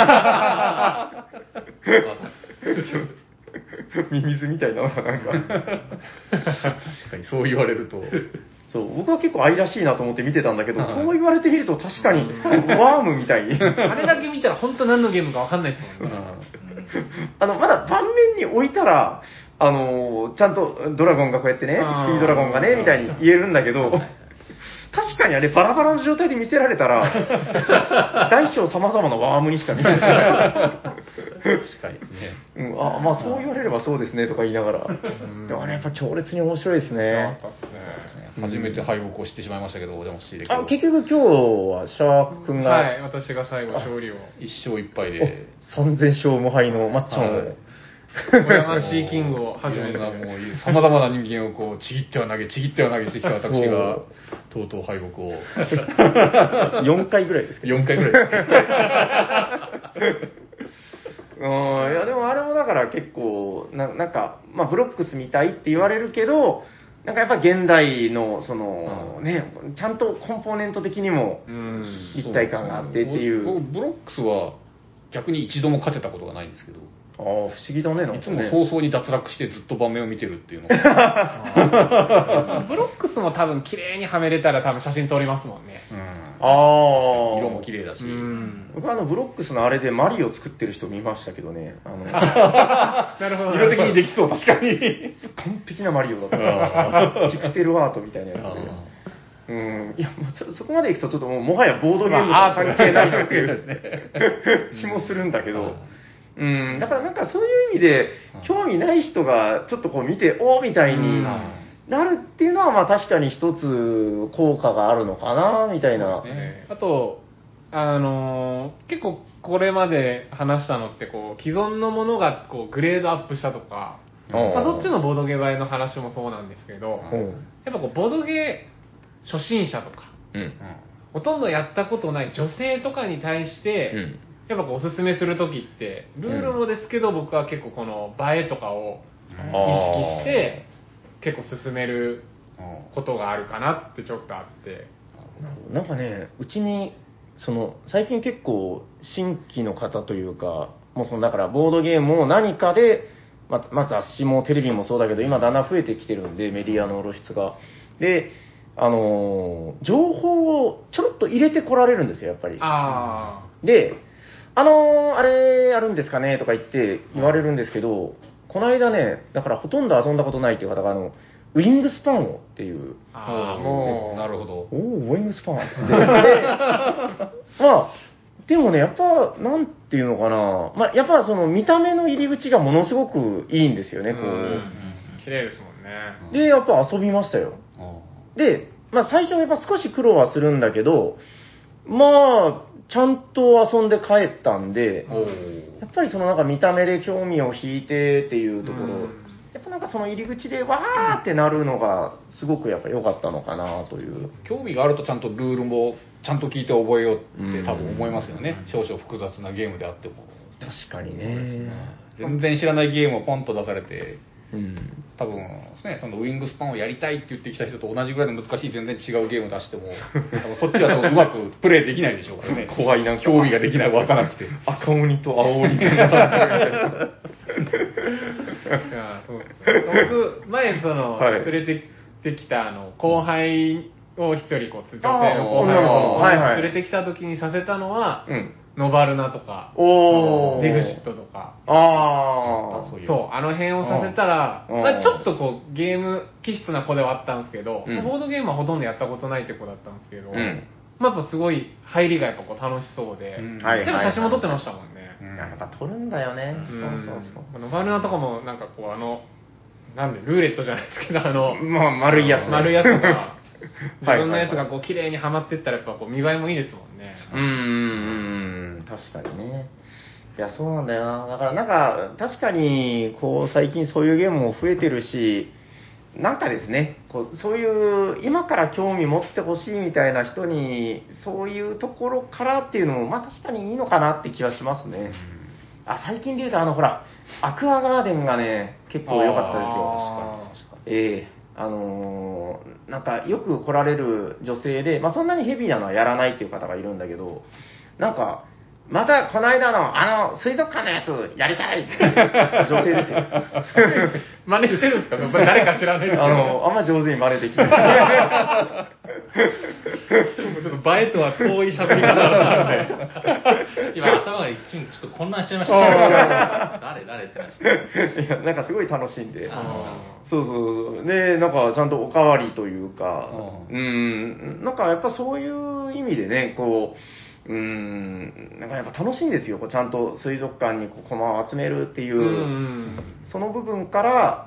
ミミズみたいなのがなんか。 確かにそう言われると。 そう、僕は結構愛らしいなと思って見てたんだけど、そう言われてみると確かにワームみたいに。 あれだけ見たら本当何のゲームか分かんないですもんね。 あの、まだ盤面に置いたら、あの、ちゃんとドラゴンがこうやってね、シードラゴンがね、みたいに言えるんだけど、確かにあれバラバラの状態で見せられたら、大小様々なワームにしか見えない。 確かにね。 うん、あ、まあそう言われればそうですねとか言いながら。でもあれやっぱ強烈に面白いですね。 初めて敗北を知ってしまいましたけど、お邪魔していいであ、結局今日はシャーク君が、 はい、私が最後勝利を。 一勝一敗で。 さんぜん勝無敗のマッチョンを。 小山シーキングを初めて。 もう様々な人間をこう、ちぎっては投げ、ちぎっては投げしてきた私が、とうとう敗北を。 よんかいぐらいですけど。 よんかいぐらいです。 うん、いやでもあれもだから結構な、なんか、まあブロックスみたいって言われるけど、なんかやっぱ現代の、その、ね、ちゃんとコンポーネント的にも立体感があってっていう。 僕、ブロックスは逆に一度も勝てたことがないんですけど。 ああ、不思議だね、なんかね。 いつも早々に脱落してずっと盤面を見てるっていうのが。 ブロックスも多分綺麗にはめれたら多分写真撮れますもんね。 うん、 ああ。 色も綺麗だし。 僕はあのブロックスのあれでマリオ作ってる人見ましたけどね。あのなるほど。 色的にできそう、確かに。 完璧なマリオだった。ピクセルアートみたいなやつで。うん、いや、もうちょそこまでいくとちょっともうもはやボードゲームとは関係ないなっていう気もするんだけど。うん、だからなんかそういう意味で、興味ない人がちょっとこう見て、おーみたいになるっていうのは、まあ確かに一つ効果があるのかな、みたいな。 ね、あと、あのー、結構これまで話したのって、こう、既存のものがこうグレードアップしたとか、まあ、そっちのボードゲー映えの話もそうなんですけど、やっぱこう、ボードゲー初心者とか、うん、ほとんどやったことない女性とかに対して、うん、やっぱこうおすすめするときって、ルールもですけど、僕は結構この映えとかを意識して、結構進めることがあるかなってちょっとあって。 なんかね、うちに、その、最近結構新規の方というか、もうその、だからボードゲームを何かで、ま、まあ、雑誌もテレビもそうだけど、今だんだん増えてきてるんで、メディアの露出が。で、あのー、情報をちょろっと入れてこられるんですよ、やっぱり。 あで、あのー、あれあるんですかねとか言って言われるんですけど、この間ね、だからほとんど遊んだことないっていう方が、あの、ウィングスパンをっていう。 ああ、もう、なるほど。 おー、ウィングスパンって。で、まあ、でもね、やっぱ、なんていうのかな、まあ、やっぱその見た目の入り口がものすごくいいんですよね、こう。うん、 綺麗ですもんね。 で、やっぱ遊びましたよ。で、まあ最初はやっぱ少し苦労はするんだけど、まあ、ちゃんと遊んで帰ったんで、やっぱりそのなんか見た目で興味を引いてっていうところ、やっぱなんかその入り口でわーってなるのがすごくやっぱ良かったのかなという。 興味があるとちゃんとルールもちゃんと聞いて覚えようって多分思いますよね。少々複雑なゲームであっても。 確かにね。 全然知らないゲームをポンと出されて、 うん、 多分ですね、そのウィングスパンをやりたいって言ってきた人と同じぐらいの難しい全然違うゲームを出しても、多分そっちは多分うまくプレイできないでしょうからね。 怖いな、 興味ができない、湧かなくて。 赤鬼と青鬼と。いや、 そう僕、前、その、はい、連れてってきた、あの、後輩を一人、こう、女性の後輩を連れてきた時にさせたのは、うん、ノバルナとか、デグシットとか、 あそうそう、あの辺をさせたら、まあ、ちょっとこう、ゲーム気質な子ではあったんですけど、うん、ボードゲームはほとんどやったことないって子だったんですけど、うん、まあ、やっぱすごい入りがやっぱこう楽しそうで、うん、でも写真も撮ってましたもんね。 やっぱ撮るんだよね。 うん、そうそうそう。ノバルナとかもなんかこう、あの、なんで、ルーレットじゃないですけど、あの、 まあ、丸いやつ、ね。 丸いやつが、自分のやつがこう綺麗にはまってったらやっぱこう見栄えもいいですもんね。 うんうんうん、確かにね。 いや、そうなんだよな。だからなんか、確かに、こう、最近そういうゲームも増えてるし、なんかですね、こうそういう、今から興味持ってほしいみたいな人に、そういうところからっていうのも、まあ確かにいいのかなって気はしますね。あ、最近で言うと、あの、ほら、アクアガーデンがね、結構良かったですよ。確かに、確かに。ええー、あのー、なんか、よく来られる女性で、まあそんなにヘビーなのはやらないっていう方がいるんだけど、なんか、またこの間のあの水族館のやつやりたい女性ですよ。 真似してるんですか？誰か知らないですけど。 あの、あんま上手に真似できない。 ちょっと映えとは遠い喋り方なんで。 今頭が一瞬ちょっと混乱しちゃいました、ね。誰誰ってなって。いや、なんかすごい楽しんで。そうそうそう。で、なんかちゃんとおかわりというか、うん、なんかやっぱそういう意味でね、こう、うーん、なんかやっぱ楽しいんですよ。こうちゃんと水族館にこう駒を集めるっていう、うん、その部分から、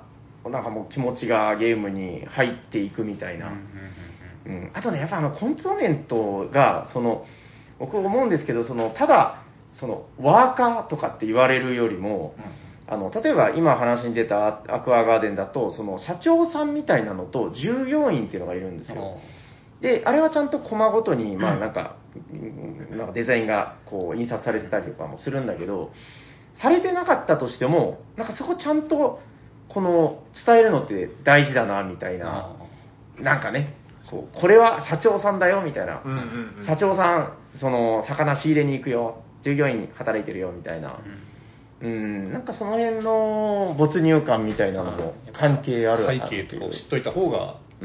なんかもう気持ちがゲームに入っていくみたいな。うん、あとね、やっぱあのコンポーネントが、その、僕思うんですけど、その、ただ、その、ワーカーとかって言われるよりも、うん、あの、例えば今話に出たアクアガーデンだと、その、社長さんみたいなのと従業員っていうのがいるんですよ。で、あれはちゃんとコマごとに、まあなんか、なんかデザインがこう印刷されてたりとかもするんだけど、されてなかったとしても、なんかそこちゃんと、この、伝えるのって大事だな、みたいな、なんかね、こう、これは社長さんだよ、みたいな、うんうんうん、社長さん、その、魚仕入れに行くよ、従業員働いてるよ、みたいな、うん、うんなんかその辺の没入感みたいなのも関係ある背景とかを知っといた方が、 うん、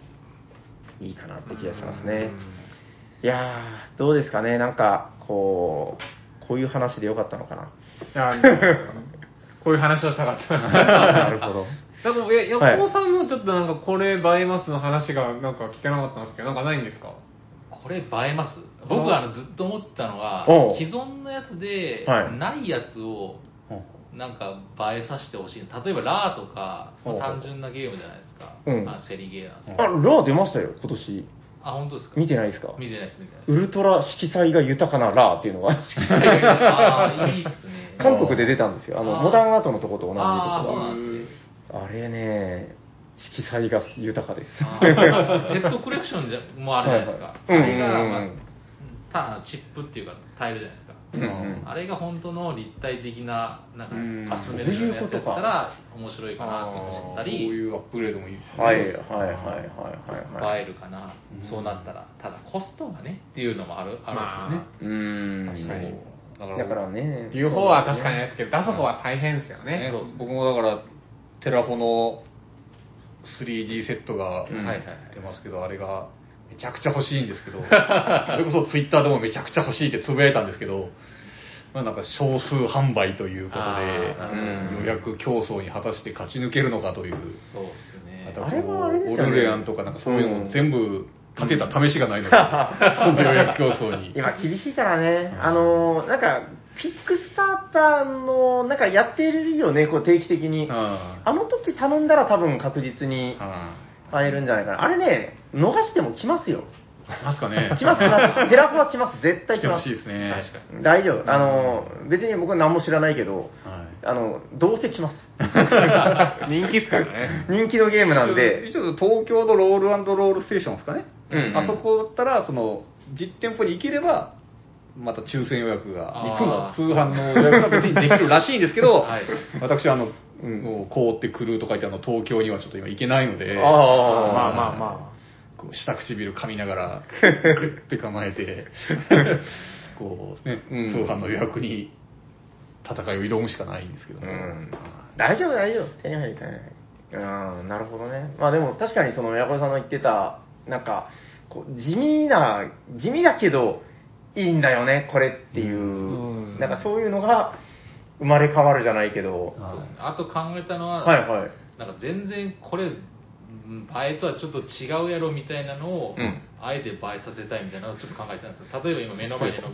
いいかなって気がしますね。いやー、どうですかね、なんか、こう、こういう話でよかったのかな。 いやこういう話をしたかった。 なるほど。 でも、ヤコウさんもちょっとなんか、これ映えますの話がなんか聞けなかったんですけど、なんかないんですか？ これ映えます？僕はあのずっと思ってたのは、既存のやつで、ないやつを、なんか映えさせてほしい。例えば、ラーとか、まあ、単純なゲームじゃないですか。うん、あシェリゲーなんですけど。あ、ラー出ましたよ、今年。 あ、本当ですか？ 見てないですか？ 見てないです、見てないです。 ウルトラ色彩が豊かなラーっていうのが。 色彩が豊かな。ああ、いいっすね。 韓国で出たんですよ。あの、モダンアートのとこと同じところ。 ああ、そうなんですね。 あれね、色彩が豊かです。 セットコレクションじゃもあるじゃないですか。はいはい、あれが、まあ、チップっていうかタイルじゃないですか。うんうん、あれが本当の立体的な、なんか、遊べるようなやつだったら面白いかなと思ったり。 こういうアップグレードもいいですね。 はいはいはいはいはい。 映えるかな、うん、そうなったら。ただコストがねっていうのもある、あるんですよね。 うーん。 確かに。 だから、だからね。 言う方は確かにないですけど、出す方は大変ですよね。 ね、僕もだから、テラフォの スリーディー セットが出ますけど、うん、あれがめちゃくちゃ欲しいんですけど、それこそツイッターでもめちゃくちゃ欲しいってつぶやいたんですけど、まあ、なんか少数販売ということで、予約競争に果たして勝ち抜けるのかという。 そうですね。 あれはあれですよね。 オルレアンとかなんかそういうのも全部勝てた試しがないので、その予約競争に。 今厳しいからね。あの、なんか、ピックスターターの、なんかやってるよね、こう定期的に。あの時頼んだら多分確実に買えるんじゃないかな。あれね、逃しても来ますよ。 来ますかね。 来ます、来ます。テラフォは来ます。絶対来ます。 来てほしいですね。 確かに。大丈夫。あの、別に僕は何も知らないけど、はい、あの、どうせ来ます。 人気っすからね。 人気のゲームなんで。 一応東京のロール&ロールステーションですかね。うんうん、あそこだったら、その、実店舗に行ければ、また抽選予約が、行くの通販の予約が別にできるらしいんですけど、はい、私はあの、うん、もう凍ってくるとか言ってあの東京にはちょっと今行けないので、 ああ、まあまあまあ。 こう下唇噛みながら、グッて構えて、こうね、うん、通販の予約に戦いを挑むしかないんですけど、ね、うん、 大丈夫大丈夫。手に入りたい。うん、なるほどね。まあでも確かにそのヤコさんの言ってた、なんか、こう地味な、地味だけど、いいんだよね、これっていう、うん、なんかそういうのが生まれ変わるじゃないけど。 そうですね。あと考えたのは、 はいはい、 なんか全然これ、映えとはちょっと違うやろみたいなのを、うん、あえて映えさせたいみたいなのをちょっと考えてたんですよ。例えば今目の前にの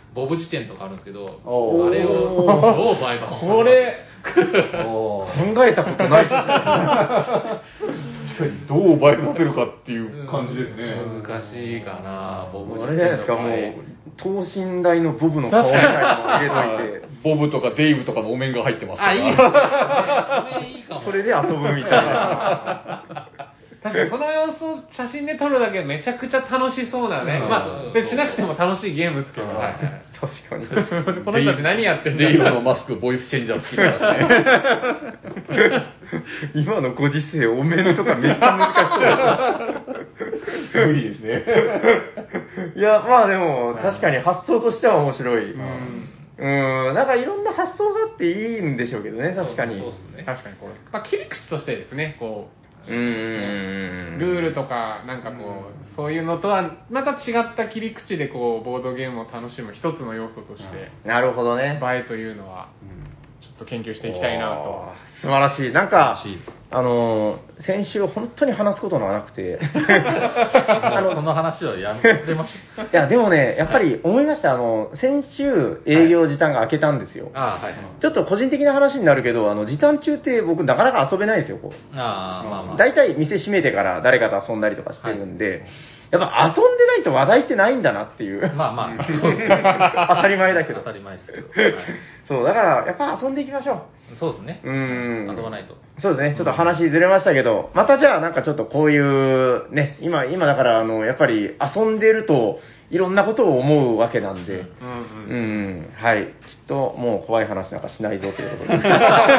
ボブ辞典とかあるんですけど、 おーあれをどうバイパスするこれ、 考えたことないですね。 確かにどう倍させるかっていう感じですね。 難しいかな、ボブあれじゃないですか、もう、等身大のボブの顔みたいなのを入れといて、 ボブとかデイブとかのお面が入ってますから。 あ、いいですね。いいかも。 それで遊ぶみたいな。 確かにその様子を写真で撮るだけでめちゃくちゃ楽しそうなね。 うんまあ、別にしなくても楽しいゲームですけど。 はいはい確かに。 この人たち何やってんだデイブのマスク、ボイスチェンジャー付きなんですね。 今のご時世、お面とかめっちゃ難しそう。 無理ですね。 いや、まあでも、確かに発想としては面白い。 ううんん、なんかいろんな発想があっていいんでしょうけどね、確かに。 そうですね。 確かにこれ。まあ、切り口としてですね、こう、 うーん。 ルールとか、なんかこう、そういうのとは、また違った切り口でこう、ボードゲームを楽しむ一つの要素として、 なるほどね。 映えというのは、ちょっと研究していきたいなと。 おー素晴らしい。なんか素晴らしい、 あのー、先週本当に話すことがなくて。 あの、その話はやめてましょう。 いや、でもね、やっぱり思いました。あの、先週営業時短が明けたんですよ。 ああ、はい。 ちょっと個人的な話になるけど、あの、時短中って僕なかなか遊べないんですよ、こう。 ああ、まあまあ。 大体店閉めてから誰かと遊んだりとかしてるんで、やっぱ遊んでないと話題ってないんだなっていう。 まあまあ、そうですね。 当たり前だけど当。たり前ですけど。はいそう、だからやっぱ遊んでいきましょそうですね。 う。うーん。 遊ばないと。 そうですね、ちょっと話ずれましたけど、またじゃあなんかちょっとこういう、ね、今、今だからあの、やっぱり遊んでると、いろんなことを思うわけなんで、 うんうん、うん、はい。きっともう怖い話なんかしないぞということで。 いや、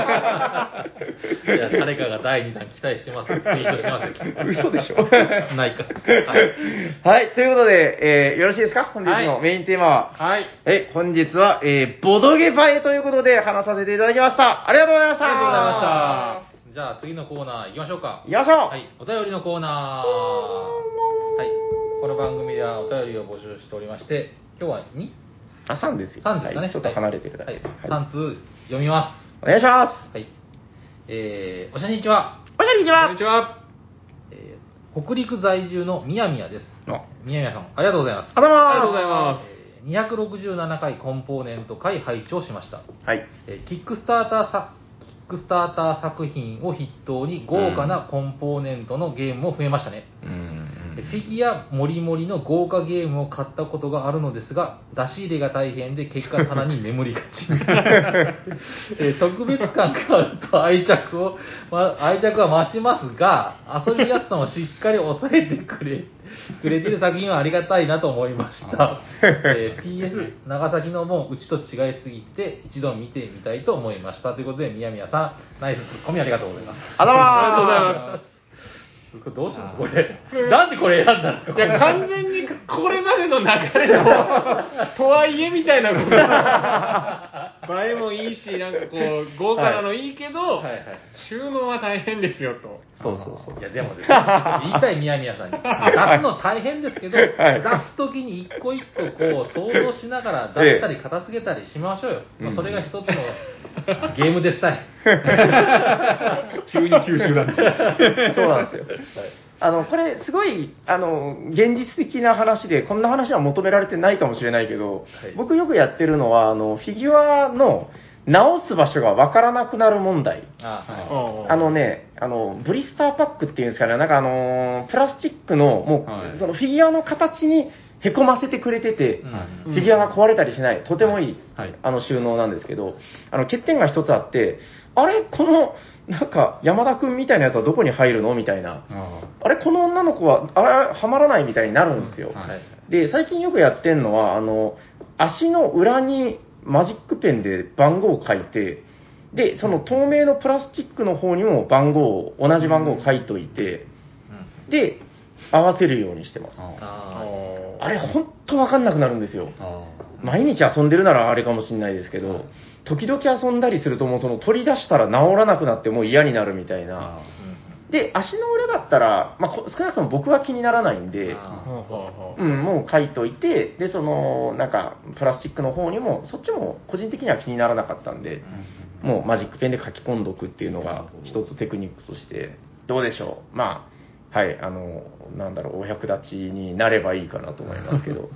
誰かがだいにだん期待してますよ。ツイートしてますよきっと。 嘘でしょないか。はい。 はい、ということで、えーよろしいですか本日のメインテーマは。 はい。 え、本日は、えーボドゲバエということで話させていただきました。ありがとうございました。 ありがとうございました。じゃあ次のコーナー行きましょうか。 行きましょう。 はい、お便りのコーナー。はい、この番組ではお便りを募集しておりまして、今日はにあ、さんですよ。 さんですかね。 はいちょっと離れてるだけ。 はい、 はいさん通読みまお願いします。 す。はい。えー、おしゃにちは。 おしゃにちはこんに。ちは。 えー、北陸在住のみやみやです。 あみやみやさん、ありがとうございます。 ありがとうございます。 ありがとうございます。 えーにひゃくろくじゅうななかいコンポーネント回拝聴しました。 はい。 えーキックスターターさキックスターター作品を筆頭に豪華なコンポーネントのゲームも増えましたね。 うんフィギュアもりもりの豪華ゲームを買ったことがあるのですが、出し入れが大変で結果棚に眠りがち。えー特別感があると愛着を、ま、愛着は増しますが、遊びやすさもしっかり抑えてくれ、くれている作品はありがたいなと思いました。えー ピーエス 長崎のもうちと違いすぎて一度見てみたいと思いました。ということで、みやみやさん、ナイスツッコミありがとうございます。 ありがとうございます。 ありがとうございます。 これどうしますこれ。なんでこれ選んだんですかいや、完全にこれまでの流れの、とはいえみたいなこと。映えもいいし、なんかこう、豪華なのいいけど、 はいはい収納は大変ですよと。 そうそうそう。 いやでもですね、言いたい宮宮さんに、出すの大変ですけど、 はい出すときに一個一個こう想像しながら出したり片付けたりしましょうよ。まあそれが一つのゲームですたい。 急に吸収なんですよ。 そうなんですよ。あの、これ、すごい、あの、現実的な話で、こんな話は求められてないかもしれないけど、 はい僕よくやってるのは、あの、フィギュアの直す場所がわからなくなる問題。 あはいあのね、あの、ブリスターパックっていうんですかね、なんかあの、プラスチックの、もう、 はいそのフィギュアの形にへこませてくれてて、 うんフィギュアが壊れたりしない、とてもいい、 はいあの収納なんですけど、あの欠点が一つあって、あれ、この、なんか、山田くんみたいなやつはどこに入るのみたいな。 ああれ、この女の子は、あれ、はまらないみたいになるんですよ。 はいで、最近よくやってんのは、あの、足の裏にマジックペンで番号を書いて、で、その透明のプラスチックの方にも番号を、同じ番号を書いといて、 うんで、合わせるようにしてます。 ああーあれ、ほんとわかんなくなるんですよ。 あ毎日遊んでるならあれかもしれないですけど、時々遊んだりするともうその取り出したら治らなくなってもう嫌になるみたいな。 あで、足の裏だったら、まあ、こ少なくとも僕は気にならないんで、 あほうほうほううん、もう書いといて、で、その、なんか、プラスチックの方にも、そっちも個人的には気にならなかったんで、もうマジックペンで書き込んどくっていうのが一つテクニックとして、どうでしょう。まあ、はい、あの、なんだろう、お役立ちになればいいかなと思いますけど。 そう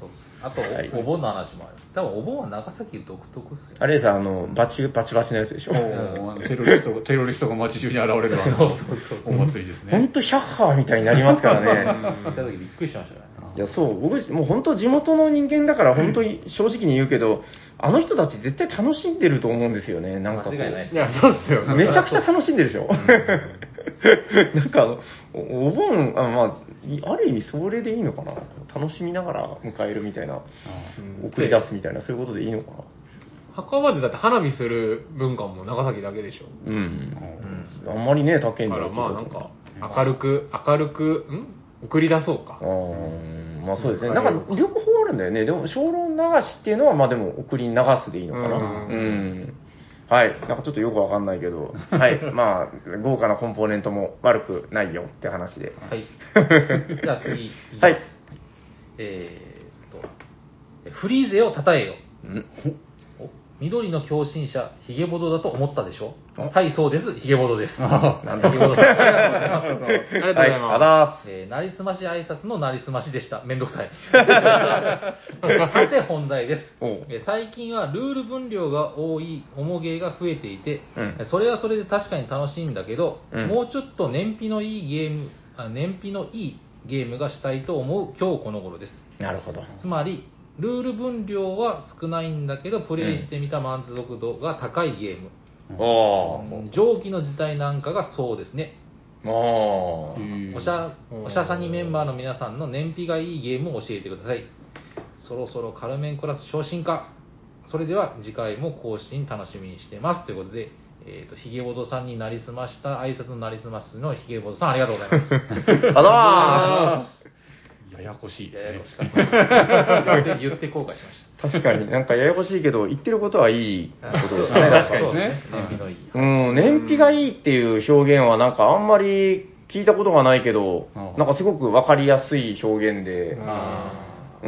あと、はい、お盆の話もあります。多分お盆は長崎独特っすよ、ね。 あれですあの、バチ、バチバチのやつでしょ。 あのテロリストが、テロリストが街中に現れるあのそうそうそうお祭りですね。 ほんとヒャッハーみたいになりますからね。 見た時びっくりしましたね。 いや、そう、僕、もう本当地元の人間だから本当に正直に言うけど、あの人たち絶対楽しんでると思うんですよね、なんかこう。 間違いないです。 いや、そうですよ。 めちゃくちゃ楽しんでるでしょ。なんか、お盆、あまあ、ある意味それでいいのかな。楽しみながら迎えるみたいな、送り出すみたいな、そういうことでいいのかな。 墓場でだって花火する文化も長崎だけでしょ。 うん。うん、あんまりね、他県には。だからまあなんか、明るく、明るく、ん送り出そうか。 ああ、まあそうですね。なんか両方あるんだよね。でも、精霊流しっていうのは、まあでも送り流すでいいのかな。うん。うんはい。なんかちょっとよくわかんないけど、はい。まあ、豪華なコンポーネントも悪くないよって話で。 はい。じゃあ次。 はい。 えーっと、フリーゼを称えよ。ん緑の共振者、ヒゲボドだと思ったでしょはい、そうです。ヒゲボドです。なんでヒゲボドさん。ありがとうございます。ありがとうございます。えー、なりすまし挨拶のなりすましでした。めんどくさい。さて本題です。えー、最近はルール分量が多いおもげが増えていて、うん、それはそれで確かに楽しいんだけど、うん、もうちょっと燃費のいいゲーム、あ燃費のいいゲームがしたいと思う今日この頃です。 なるほど。 つまり、ルール分量は少ないんだけど、プレイしてみた満足度が高いゲーム。うん、上記の事態なんかがそうですね。おしゃ、おしゃさにメンバーの皆さんの燃費がいいゲームを教えてください。そろそろカルメンクラス昇進か。それでは次回も更新楽しみにしてます。ということで、えっ、ー、と、ヒゲボドさんになりすました挨拶のなりすましのヒゲボドさんありがとうございます。ありがとうございます。 ややこしいですね。 ややこしかった言って。言って後悔しました。確かになんかややこしいけど、言ってることはいいことですね。 確かにね。燃費のいい。 うん、燃費がいいっていう表現はなんかあんまり聞いたことがないけど、なんかすごくわかりやすい表現で、うん、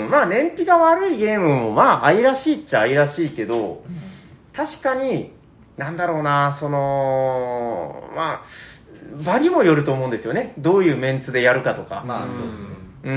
まあ燃費が悪いゲームもまあ愛らしいっちゃ愛らしいけど、確かに、なんだろうな、その、まあ、場にもよると思うんですよね。どういうメンツでやるかとか。 まあ、そうですね。 うん。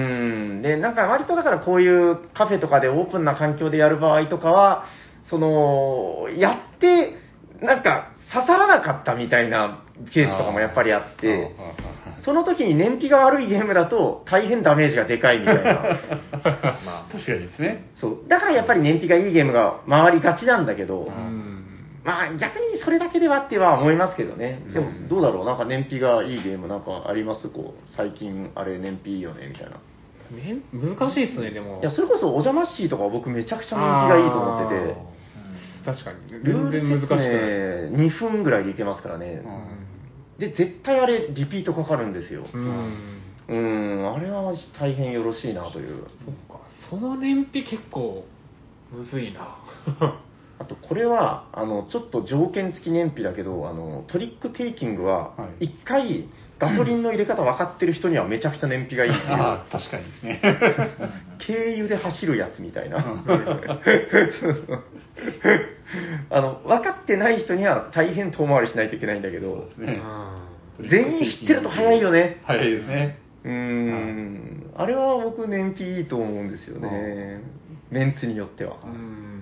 で、なんか割とだからこういうカフェとかでオープンな環境でやる場合とかは、その、やって、なんか刺さらなかったみたいなケースとかもやっぱりあって、その時に燃費が悪いゲームだと大変ダメージがでかいみたいな。まあ、確かにですね。 そう。だからやっぱり燃費がいいゲームが回りがちなんだけど、うんまあ逆にそれだけではっては思いますけどね。でもどうだろうなんか燃費がいいゲームなんかありますこう、最近あれ燃費いいよねみたいな。 難しいっすね、でも。 いや、それこそおじゃまっしーとか僕めちゃくちゃ燃費がいいと思ってて。 確かに。 ルール説明にふんぐらいでいけますからね。で、絶対あれリピートかかるんですよ。うん。うん、あれは大変よろしいなという。 そっか。その燃費結構むずいな。 あと、これは、あの、ちょっと条件付き燃費だけど、あの、トリックテイキングは、一回、ガソリンの入れ方分かってる人にはめちゃくちゃ燃費がいいっていう。 ああ、確かにですね。 軽油で走るやつみたいな。あの、分かってない人には大変遠回りしないといけないんだけど、ね、全員知ってると早いよね。 早いですね。 うーん。あれは僕燃費いいと思うんですよね。メンツによっては。うん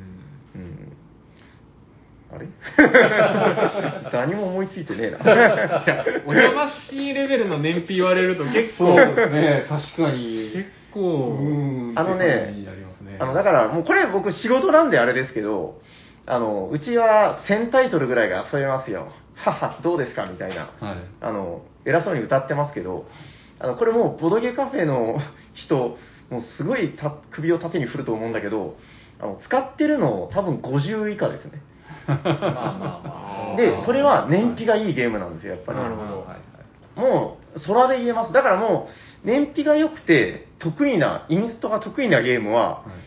あれ何も思いついてねえな。いや、お邪魔しいレベルの燃費言われると結構。 そうですね、確かに。 結構、 あのね、あの、だからもうこれ僕仕事なんであれですけど、あの、うちはせんタイトルぐらいが遊べますよ。はは、どうですかみたいな。はい、あの、偉そうに歌ってますけど、あの、これもうボドゲカフェの人、もうすごいた首を縦に振ると思うんだけど、あの使ってるの多分ごじゅう以下ですね。まあまあまあ。で、それは燃費がいいゲームなんですよ、やっぱり。なるほど。もう、空で言えます。だからもう、燃費が良くて、得意な、インストが得意なゲームは、はい、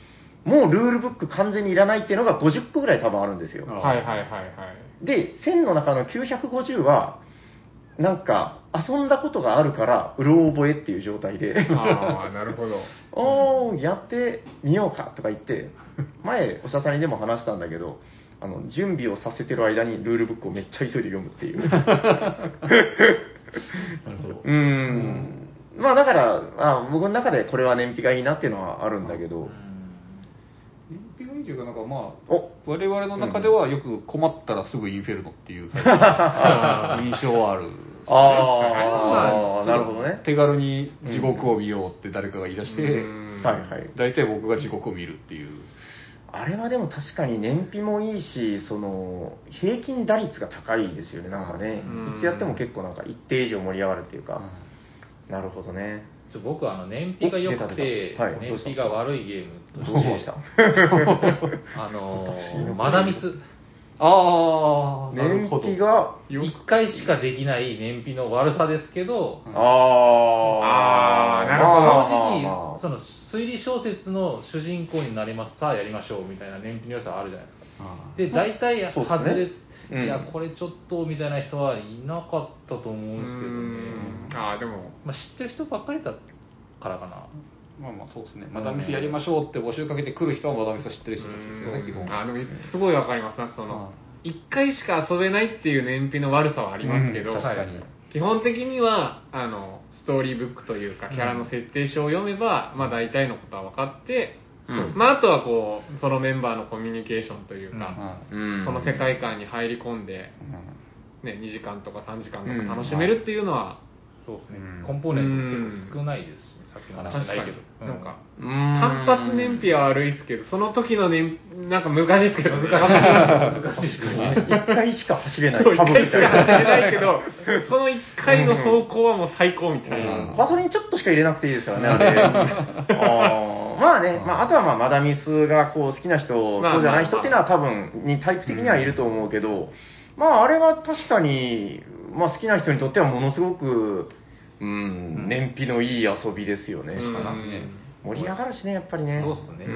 もうルールブック完全にいらないっていうのがごじゅっこぐらい多分あるんですよ。 はいはいはいはい。 で、せんの中のきゅうひゃくごじゅうは、なんか、遊んだことがあるから、うろ覚えっていう状態で。 ああ、なるほど。 おー、やってみようかとか言って、前、おしゃさんにでも話したんだけど、あの、準備をさせてる間にルールブックをめっちゃ急いで読むっていう。なるほど。うーん。まあだから、あ僕の中でこれは燃費がいいなっていうのはあるんだけど、 っていうか、なんかまあ、我々の中ではよく困ったらすぐインフェルノっていう印象はある、ね。 ああ、なるほどね。 手軽に地獄を見ようって誰かが言い出して、 はいはい。 大体僕が地獄を見るっていう。 あれはでも確かに燃費もいいし、その平均打率が高いですよね、なんかね。いつやっても結構なんか一定以上盛り上がるっていうか。なるほどね。 ちょ僕はあの燃費が良くて、はい、燃費が悪いゲームどうしましたあのマダミス。 ああ、 燃費がいっかいしかできない燃費の悪さですけど、 ああ、なるほど。正直その推理小説の主人公になりますさあやりましょうみたいな燃費の良さはあるじゃないですか。で大体外れ、ね、うん、いやこれちょっとみたいな人はいなかったと思うんですけどね。 ああでも、 まあ、知ってる人ばっかりだからかな。 まあまあそうですね。マダミスやりましょうって募集かけてくる人はマダミス知ってる人たちですよね、基本。 あでもすごいわかりますね。そのいっかいしか遊べないっていう燃費の悪さはありますけど、うん、確かに基本的にはあのストーリーブックというかキャラの設定書を読めば、うん、まあ大体のことは分かって。うん、まあ、あとはこうそのメンバーのコミュニケーションというか、うん、その世界観に入り込んで、うんね、にじかんとかさんじかんとか楽しめるっていうのは、 うん、そうですね、コンポーネント結構少ないですし、さっきの話じゃないけど、 うん、なんか単発燃費は悪いですけど、その時の燃なんか難しいですけど、難しいですけどね、 いっかいしか走れない、 多分みたいな。いっかいしか走れないけど、そのいっかいの走行はもう最高みたいな。 うん、ガソリンちょっとしか入れなくていいですからね、あれ。あまあね、まあ、あとはまあマダミスがこう好きな人、そうじゃない人っていうのは多分にタイプ的にはいると思うけど、まああれは確かに、まあ、好きな人にとってはものすごく、うん、燃費のいい遊びですよね。盛り上がるしね、やっぱりね。 そうですね。うん。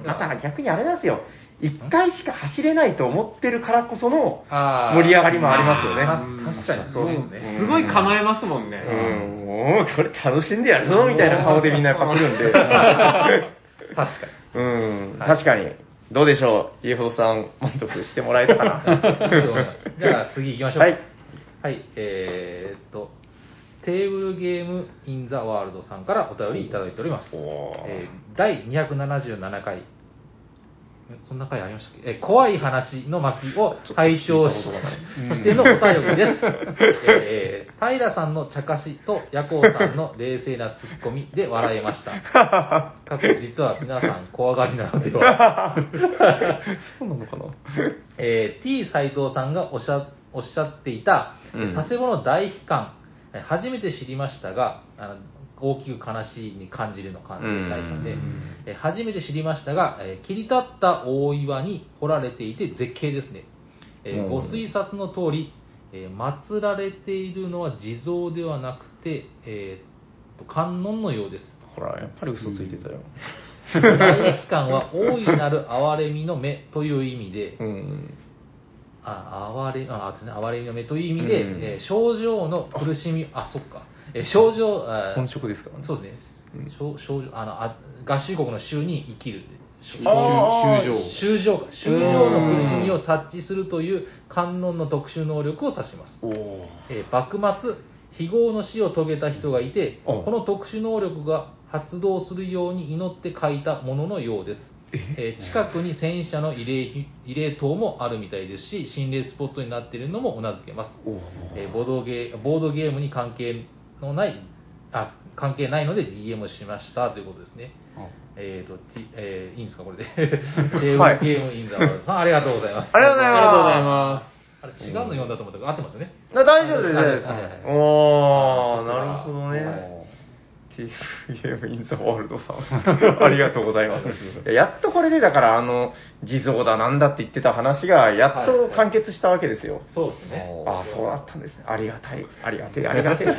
また逆にあれなんですよ。いっかいしか走れないと思ってるからこその盛り上がりもありますよね。 確かにそうですね。 すごい構えますもんね。 うん、もうこれ楽しんでやるぞみたいな顔でみんなやっぱ来るんで。 確かに。うん、確かに。どうでしょう、イエフォーさん、満足してもらえたかな。 じゃあ次行きましょう。 はい。 はい、えー、っと、テーブルゲームインザワールドさんからお便りいただいております。えー、だいにひゃくななじゅうななかい。そんな回ありましたっけ、えー、怖い話の巻を拝聴ししてのお便りです。えー、平さんの茶化しとヤコウさんの冷静なツッコミで笑えました。過去実は皆さん怖がりなのでは。 そうなのかな。 えー、T 斎藤さんがおっしゃおっしゃっていた、うん、佐世保の大悲観、初めて知りましたが、あの大きく悲しいに感じるの感じで大感で、え初めて知りましたが、え切り立った大岩に掘られていて絶景ですね。えご推察の通り、え祀られているのは地蔵ではなくて、えー、と観音のようです。 ほら、やっぱり嘘ついてたよ。 大悲観は大いなる憐れみの目という意味で、うんあ哀れあ哀れみの目という意味で、うんえー、症状の苦しみあそっか、えー、症状本職ですからね。 そうですね、うん、症症状あのあ合衆国の州に生きる衆状衆状か衆状の苦しみを察知するという観音の特殊能力を指します。えー、幕末非業の死を遂げた人がいて、この特殊能力が発動するように祈って書いたもののようです。えー、近くに戦車の慰霊、慰霊塔もあるみたいですし、心霊スポットになっているのもうなずけます。えー、ボードゲー、ボードゲームに関係のない、あ、関係ないので ディーエム しましたということですね。えーと、えー、いいんですかこれで。テーブルゲームインザワールドさん、ありがとうございます。 ありがとうございます。 ありがとうございます。 あれ違うの読んだと思ったけど合ってますよね。 大丈夫です。大丈夫です。おー、なるほどね。テーブルゲームインザワールドさん。ありがとうございます。や, やっとこれで、だから、あの、地蔵だなんだって言ってた話が、やっと完結したわけですよ。はいはい、 そうですね。 ああ、そうだったんですね。ありがたい。ありがてえ、ありがてえ。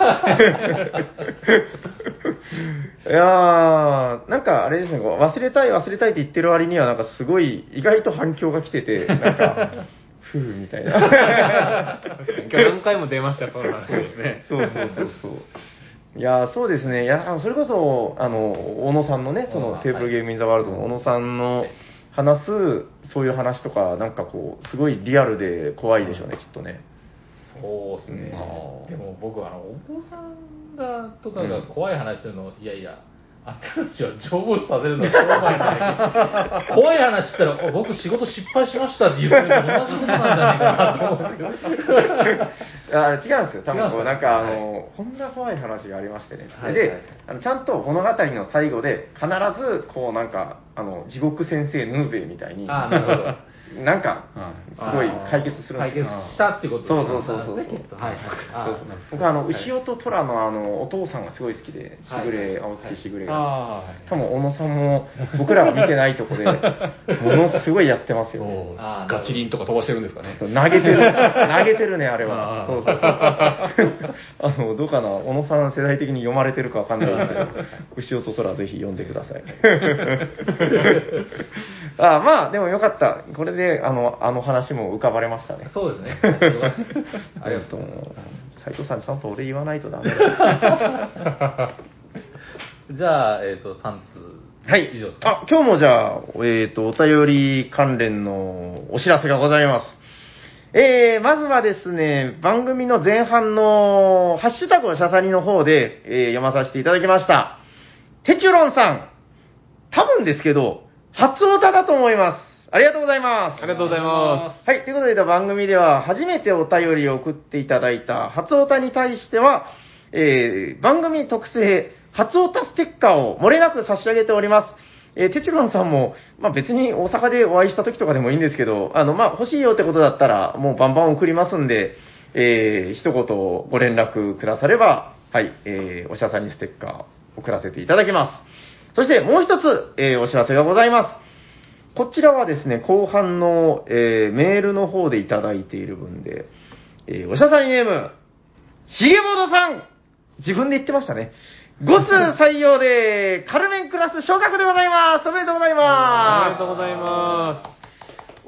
いやー、なんかあれですね、忘れたい忘れたいって言ってる割には、なんかすごい、意外と反響が来てて、なんか、ふーみたいな。 今日何回も出ましたよ、その話ですね。 そうそうそうそう。いやそうですね、いやそれこそあの小野さんのね、そのテーブルゲームインザワールドの小野さんの話すそういう話とか、なんかこうすごいリアルで怖いでしょうね、きっとね。 そうですね。でも僕あのお坊さんがとかが怖い話するの、いやいやあんたたちは成仏させるのは商売ない。怖い話したら、僕仕事失敗しましたって言ってるのと同じことなんじゃないかなと思うんですけど。 あ違うんですよ。多分こう、なんかあの、こんな怖い話がありましてね。はい、で、あのちゃんと物語の最後で、必ず、こうなんか、あの、地獄先生ヌーベイみたいに、 あなるほど。 なんか、すごい解決するんですよ。 解決したってことですね。そうそうそうそう。 はいはい。 僕あの、牛尾と虎のあの、お父さんがすごい好きで、しぐれ、青月しぐれが。多分小野さんも、僕らが見てないとこで、ものすごいやってますよね。 ガチリンとか飛ばしてるんですかね。 投げてる、投げてるね、あれは。そうそうそう。あの、どうかな、小野さん世代的に読まれてるかわかんないですけど、牛尾と虎ぜひ読んでください。あまあ、でもよかった。これで、あの、あの話も浮かばれましたね。 そうですね。 ありがとう。斉藤さん、ちゃんと俺言わないとダメだ。 じゃあ、えっ、ー、と、さん通。 はい。以上ですか。あ、今日もじゃあ、えっ、ー、と、お便り関連のお知らせがございます。えー、まずはですね、番組の前半の、ハッシュタグのシャサリの方で、えー、読まさせていただきました。テチュロンさん、多分ですけど、初オタだと思います。ありがとうございます。 ありがとうございます。 はい、ということで番組では初めてお便りを送っていただいた初オタに対しては、えー、番組特製初オタステッカーを漏れなく差し上げております。えー、テチュロンさんも、まあ、別に大阪でお会いした時とかでもいいんですけど、あの、まあ、欲しいよってことだったら、もうバンバン送りますんで、えー、一言ご連絡くだされば、はい、えー、おしゃさんにステッカー送らせていただきます。そしてもう一つ、えー、お知らせがございます。こちらはですね、後半の、えー、メールの方でいただいている分で、えー、おしゃさにネーム、ひげぼどさん、自分で言ってましたね。ごつ採用で、カルメンクラス昇格でございます。おめでとうございます。 おめでとうございます。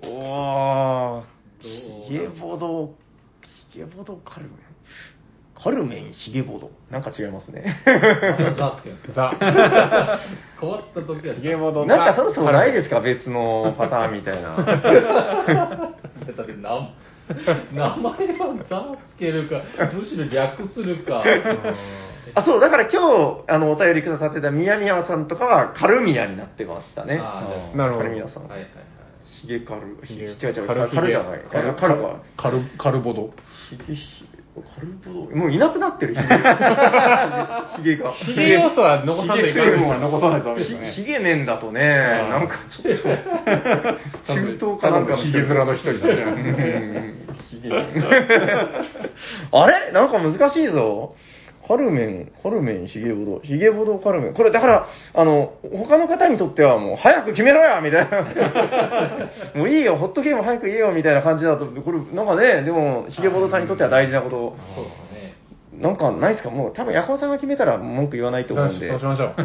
おー、ひげぼど、ひげぼどカルメン。カルメン、ひげぼど。なんか違いますね。 ザつけますか。ザ。変わった時はひげぼど。 なんかそろそろないですか、別のパターンみたいな。だって名名前はザつけるか、むしろ略するか。 あ、そう、だから今日、あの、お便りくださってた宮宮さんとかは、カルミヤになってましたね。 あなるほど。 カルミヤさん。 はいはいはい。 ヒゲカル、ヒゲ、違う違う、 カルカルじゃない。カル、カルか。 カル、カルボド。 ヒゲ、ヒゲ、カルボド。もういなくなってる、ヒゲ。ヒゲが。 ヒゲ要素は残さないといけない。 残さないとダメですね。 ヒゲ面だとね、なんかちょっと、中東かなんかのヒゲ面の一人になっちゃう。 ヒゲ面。あれなんか難しいぞ。カルメン、カルメン、ヒゲボド、ヒゲボド、カルメン。これだから、あの、他の方にとってはもう、早く決めろやみたいな。もういいよ、ホットゲーム早く言えよみたいな感じだと、これ、なんかね、でも、ヒゲボドさんにとっては大事なこと。 そうですね。 なんかないですかもう、多分、ヤコウさんが決めたら文句言わないと思うんで。 そうしましょう。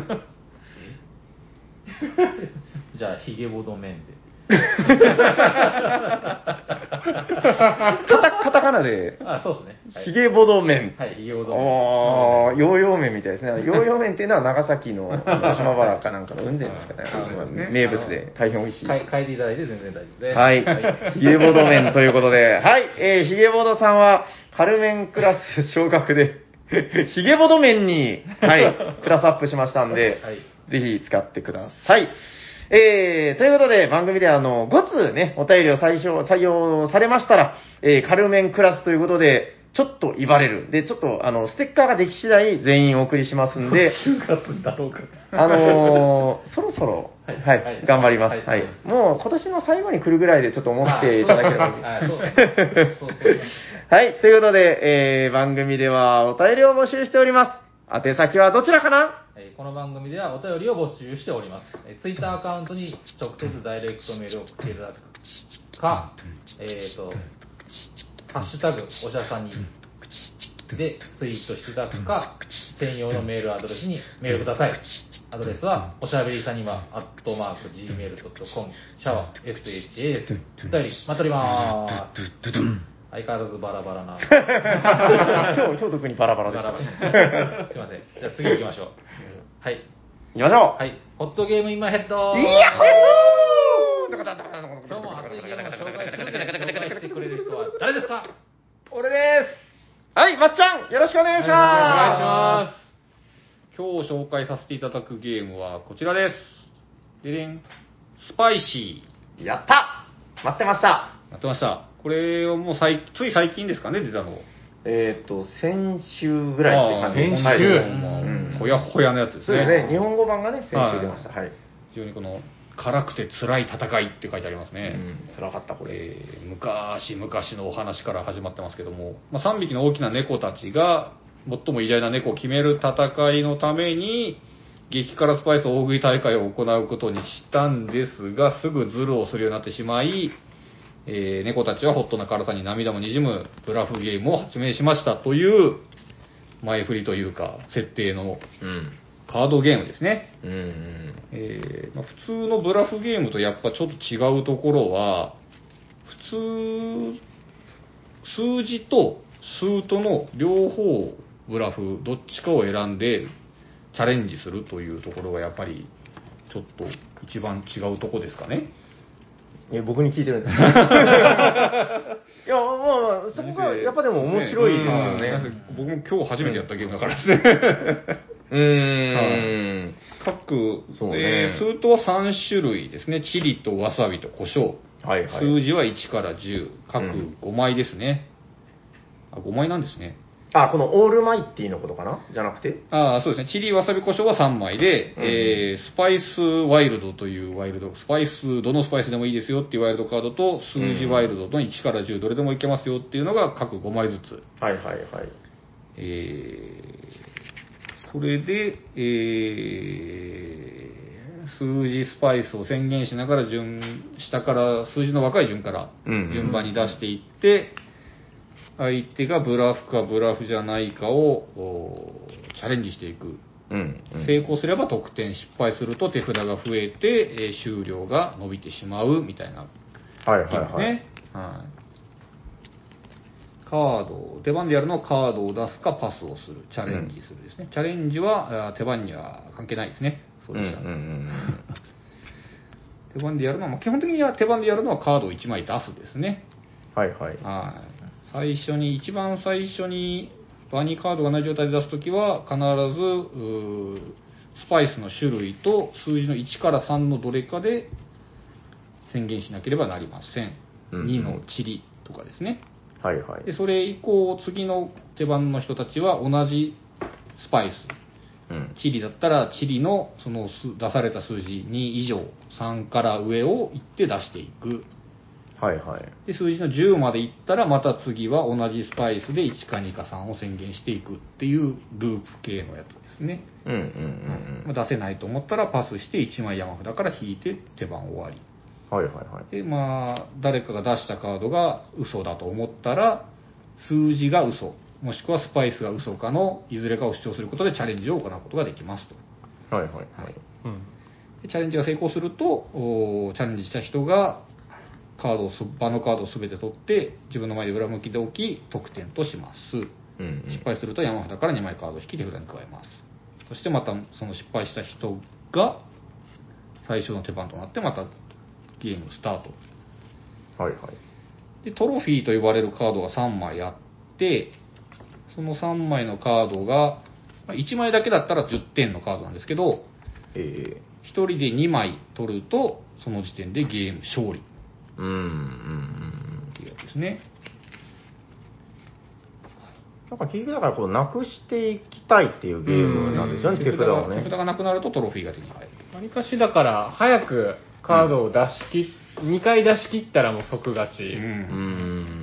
じゃあ、ヒゲボド面で。 カタカタカナで、 あ、そうですね。 ヒゲボド麺。 はい、ヒゲボド麺。 ああ、ヨーヨー麺みたいですね。ヨーヨー麺っていうのは長崎の島原かなんかの雲仙ですかね。名物で大変美味しいです。 書いていただいて全然大丈夫です。 はい。ヒゲボド麺ということで、はい。えー、ヒゲボドさんは、カルメンクラス昇格で、ヒゲボド麺に、はい、クラスアップしましたんで、はい、ぜひ使ってください。えー、ということで、番組であの、ごつね、お便りを最初、採用されましたら、えー、カルメンクラスということで、ちょっと威張れる。で、ちょっと、あの、ステッカーができ次第、全員お送りしますんで、 就活だろうか。 あのー、そろそろ、はい、はいはい、頑張ります、はい。はい。もう、今年の最後に来るぐらいでちょっと思っていただければ。はい、ということで、えー、番組ではお便りを募集しております。宛先はどちらかな？ この番組ではお便りを募集しております。ツイッターアカウントに直接ダイレクトメールを送っていただくか、えっと、ハッシュタグ、おしゃさんにでツイートしていただくか、専用のメールアドレスにメールください。アドレスは、おしゃべりさには、アットマーク、ジーメールドットコム、シャワー、エスエイチエー です。お便り、待っておりまーす。相変わらずバラバラな。 今日、今日特にバラバラです。 バラバラすいません。じゃあ次行きましょう。はい。 行きましょう。 はい。ホットゲーム今ヘッド。 イヤッホー今日も熱いゲームを紹介するので、紹介してくれる人は誰ですか？ 俺です。はい、まっちゃん、よろしくお願いします。お願いします。 今日紹介させていただくゲームはこちらです。ででん。スパイシー。やった待ってました。 待ってました。これはもう最つい最近ですかね、出たの。 えっ、ー、と、先週ぐらいって感じです。 先週、 はい、まあ、うん、ほやほやのやつですね。 そうですね。日本語版がね、先週出ました。はい。 非常にこの、辛くて辛い戦いって書いてありますね。 うん、辛かった、これ。 えー、昔々のお話から始まってますけども、まあ、さんびきの大きな猫たちが、最も偉大な猫を決める戦いのために、激辛スパイス大食い大会を行うことにしたんですが、すぐズルをするようになってしまい、えー、猫たちはホットな辛さに涙もにじむブラフゲームを発明しましたという前振りというか設定のカードゲームですね。 うんうんえーまあ、普通のブラフゲームとやっぱちょっと違うところは、普通数字と数との両方ブラフどっちかを選んでチャレンジするというところがやっぱりちょっと一番違うとこですかね。 え、僕に聞いてるんですかいや、まあまあ、そこがやっぱでも面白いですよね。 僕も今日初めてやったゲームだからですね。 うーん。 各、 そうね、 えー、数とはさん種類ですね。チリとわさびと胡椒。 はいはい。 数字はいちからじゅう。各ごまいですね。うん、あ、ごまいなんですね。 あ、このオールマイティのことかなじゃなくてああ、そうですね。チリ、わさび、胡椒はさんまいで、うん、えー、スパイスワイルドというワイルド、スパイス、どのスパイスでもいいですよっていうワイルドカードと、数字ワイルドのいちからじゅう、どれでもいけますよっていうのが各ごまいずつ。 はいはいはい。 えー、それで、えー、数字、スパイスを宣言しながら順、下から数字の若い順から順番に出していって、相手がブラフかブラフじゃないかをチャレンジしていく、 うんうん、 成功すれば得点、失敗すると手札が増えて、えー、終了が伸びてしまうみたいなはいはいはい、 ですね。はい、カード、手番でやるのはカードを出すかパスをする、チャレンジするですね。うん、チャレンジは手番には関係ないですね。そうでした、ね。うんうんうん、手番でやるのは、まあ、基本的には手番でやるのはカードをいちまい出すですね。 はいはい。 はい。最初に、一番最初にバニーカードがない状態で出すときは、必ずスパイスの種類と数字のいちからさんのどれかで宣言しなければなりません。うんうん、にのチリとかですね。 はいはい。 で、それ以降、次の手番の人たちは同じスパイス。うん、チリだったら、チリのその出された数字に以上、さんから上をいって出していく。 はいはい。 で、数字のじゅうまでいったら、また次は同じスパイスでいちかにかさんを宣言していくっていうループ系のやつですね。 うんうんうん、 うん。出せないと思ったらパスしていちまい山札から引いて手番終わり。 はいはいはい。 で、まあ、誰かが出したカードが嘘だと思ったら、数字が嘘、もしくはスパイスが嘘かのいずれかを主張することでチャレンジを行うことができますと。 はいはいはい。 うん、でチャレンジが成功すると、チャレンジした人が、カードを場のカードを全て取って自分の前で裏向きで置き得点とします、うんうん、失敗すると山札からにまいカードを引き手札に加えます。そしてまたその失敗した人が最初の手番となってまたゲームスタート。 はいはい。 でトロフィーと呼ばれるカードがさんまいあって、そのさんまいのカードがいちまいだけだったらじゅってんのカードなんですけど、えー、ひとりでにまい取るとその時点でゲーム勝利。 うんうんうんっていうやつですね。 なんか結局だからこうなくしていきたいっていうゲームなんですよね、手札をね。 手札がなくなるとトロフィーが手に入る。 わりかしだから早くカードを出し切っ、うん、にかい出し切ったらもう即勝ち。うん、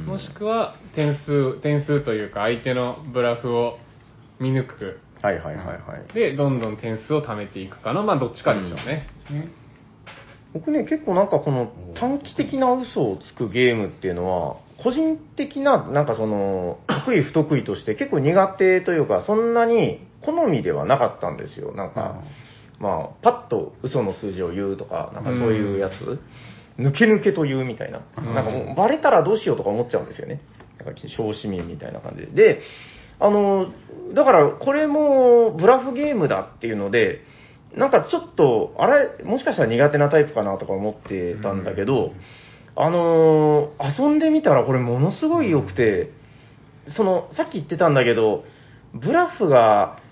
もしくは点数点数というか相手のブラフを見抜く。 はいはいはいはい。 でどんどん点数を貯めていくかのまあどっちかでしょうね。うんね僕ね、結構なんかこの短期的な嘘をつくゲームっていうのは、個人的な、なんかその、得意不得意として結構苦手というか、そんなに好みではなかったんですよ。なんか、うん、まあ、パッと嘘の数字を言うとか、なんかそういうやつ、うん、抜け抜けと言うみたいな、うん、なんかもうバレたらどうしようとか思っちゃうんですよね。なんか小市民みたいな感じで。で、あの、だからこれもブラフゲームだっていうので、なんかちょっと、あれ、もしかしたら苦手なタイプかなとか思ってたんだけど、あのー、遊んでみたらこれものすごい良くて、その、さっき言ってたんだけど、ブラフが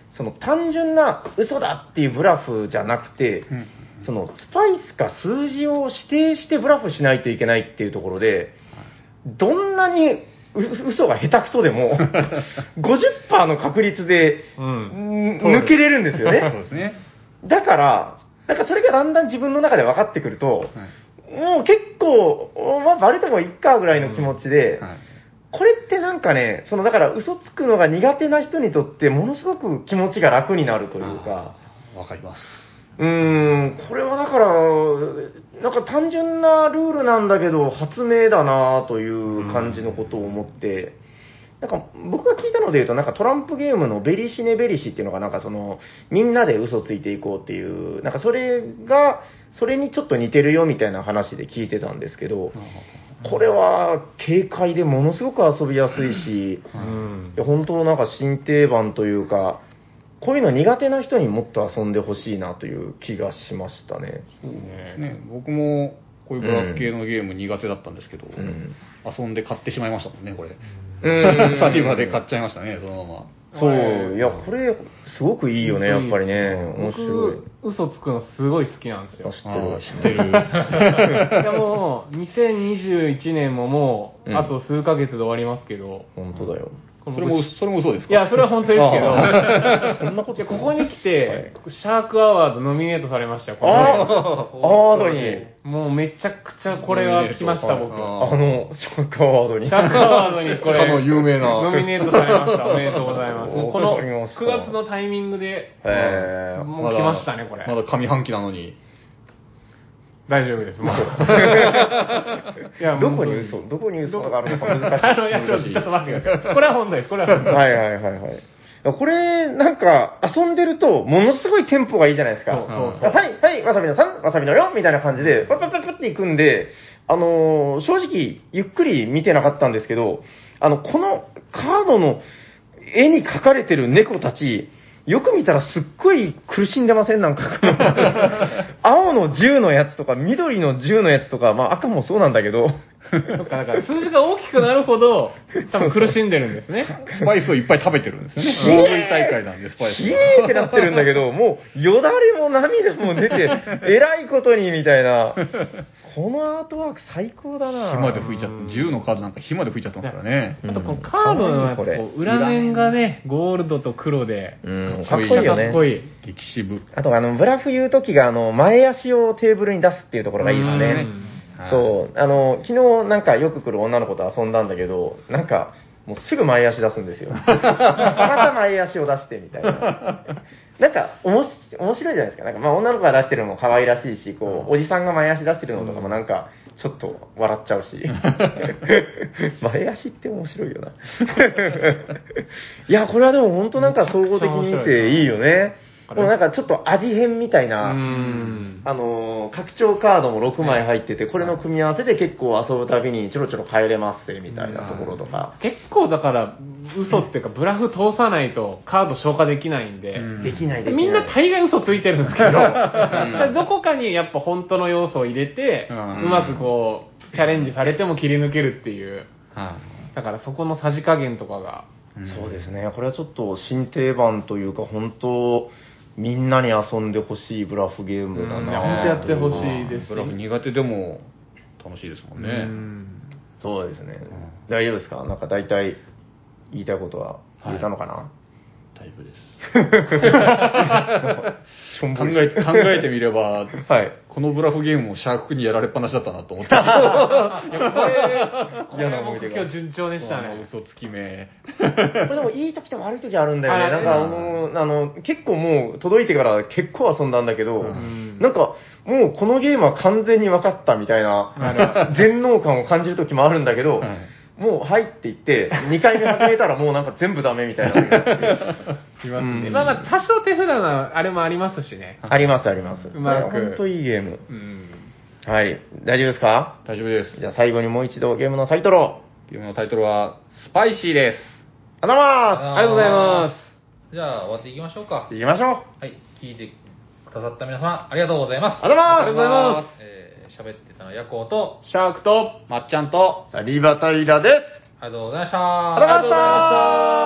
その単純な嘘だっていうブラフじゃなくて、うん、そのスパイスか数字を指定してブラフしないといけないっていうところで、どんなに嘘が下手くそでもごじゅっパーセント の確率で、うん、抜けれるんですよね。そうですね。だから、なんかそれがだんだん自分の中で分かってくると、はい、もう結構、まあ、バレてもいっかぐらいの気持ちで、うんはい、これってなんかね、そのだから嘘つくのが苦手な人にとってものすごく気持ちが楽になるというか。 わかります。 うーん、これはだから、なんか単純なルールなんだけど、発明だなという感じのことを思って、なんか僕が聞いたので言うと、なんかトランプゲームのベリシネベリシっていうのが、なんかその、みんなで嘘ついていこうっていう、なんかそれが、それにちょっと似てるよみたいな話で聞いてたんですけど、これは軽快でものすごく遊びやすいし、うん、本当なんか新定番というか、こういうの苦手な人にもっと遊んでほしいなという気がしましたね。 そうですね。僕もこういうブラフ系のゲーム苦手だったんですけど、うん、遊んで買ってしまいましたもんね、これ。うん。最後まで買っちゃいましたね、そのまま。 そう、いや、これ、すごくいいよね、やっぱりね。面白い。 嘘つくのすごい好きなんですよ。 知ってる。 知ってる。 いや、もう、にせんにじゅういちねんももう、あと数ヶ月で終わりますけど。 本当だよ。 それも、それも嘘ですか？ いや、それは本当ですけど。そんなこと、ここに来て、はい、シャークアワードノミネートされましたよ。 ああ、アワードに。 もうめちゃくちゃこれは来ました、僕。 あの、シャークアワードに。 シャークアワードにこれ、 の有名な。 ノミネートされました。おめでとうございます。このくがつのタイミングで、もう来ましたね、これ。 まだ上半期なのに。 大丈夫です、もう。 いや、どこに嘘、どこに嘘があるのか難しい。 あの、いや、ちょっと、ちょっと待ってください。これは本題です、これは本題。 はいはいはいはい。これ、なんか、遊んでると、ものすごいテンポがいいじゃないですか。そうそうそう。はい、はい、わさびのさん、わさびのよん、みたいな感じで、パッパッパッパッっていくんで、あのー、正直、ゆっくり見てなかったんですけど、あの、このカードの絵に描かれてる猫たち、よく見たらすっごい苦しんでません？なんか青のじゅうのやつとか緑のじゅうのやつとか、まあ赤もそうなんだけどそっか、だから数字が大きくなるほど多分苦しんでるんですね。 スパイスをいっぱい食べてるんですよね。大食い大会なんでスパイス。 イエーってなってるんだけど、もうよだれも涙も出て、えらいことにみたいな。このアートワーク最高だな。 火まで吹いちゃって、じゅうのカードなんか火まで吹いちゃってますからね。 あとこのカードのこう裏面がね、ゴールドと黒で、 うん、かっこいいよね。 かっこいい。 歴史部。 あとあの、ブラフ言うときが、あの、前足をテーブルに出すっていうところがいいですね。そう。あの、昨日なんかよく来る女の子と遊んだんだけど、なんか、もうすぐ前足出すんですよ。また前足を出してみたいな。なんかおもし、面白いじゃないですか。なんかまあ女の子が出してるのも可愛らしいし、こう、おじさんが前足出してるのとかもなんか、ちょっと笑っちゃうし。前足って面白いよな。いや、これはでも本当なんか総合的に見ていいよね。このなんかちょっと味変みたいな、あの、拡張カードもろくまい入ってて、これの組み合わせで結構遊ぶたびにちょろちょろ変えれますぜみたいなところとか。 結構だから、嘘っていうかブラフ通さないとカード消化できないんで、 できないできない。 みんな大概嘘ついてるんですけど、どこかにやっぱ本当の要素を入れて、うまくこう、チャレンジされても切り抜けるっていう。だからそこのさじ加減とかが。 そうですね。これはちょっと新定番というか、本当、みんなに遊んでほしいブラフゲームだな。 本当やってほしいです。 ブラフ苦手でも楽しいですもんね。 うんそうですね。大丈夫ですか？なんか大体言いたいことは言えたのかな？はい大丈夫です。考えて、考えてみれば、はい、このブラフゲームもシャークにやられっぱなしだったなと思って。いや、これ、嫌な思い出が。今日順調でしたね。 嘘つきめ。 これでもいい時と悪い時あるんだよね。なんかもう、あの、結構もう届いてから結構遊んだんだけど、うん、なんか、もうこのゲームは完全に分かったみたいな、全能感を感じる時もあるんだけど、はいもう、はいって言って、にかいめ始めたらもうなんか全部ダメみたいな。 いますね。まあまあ、多少手札のあれもありますしね。 ありますあります。 うまく。 ほんといいゲーム。うん、はい。大丈夫ですか？ 大丈夫です。 じゃあ最後にもう一度ゲームのタイトルを。 ゲームのタイトルは、スパイシーです。 ありがとうございます。 ありがとうございます。 じゃあ終わっていきましょうか。 行きましょう。 はい。聞いてくださった皆様、ありがとうございます。 ありがとうございます。 ありがとうございます。えー、喋ってたのはヤコウと、 シャークと、 まっちゃんと、 リバタイラです。 ありがとうございました。 ありがとうございました。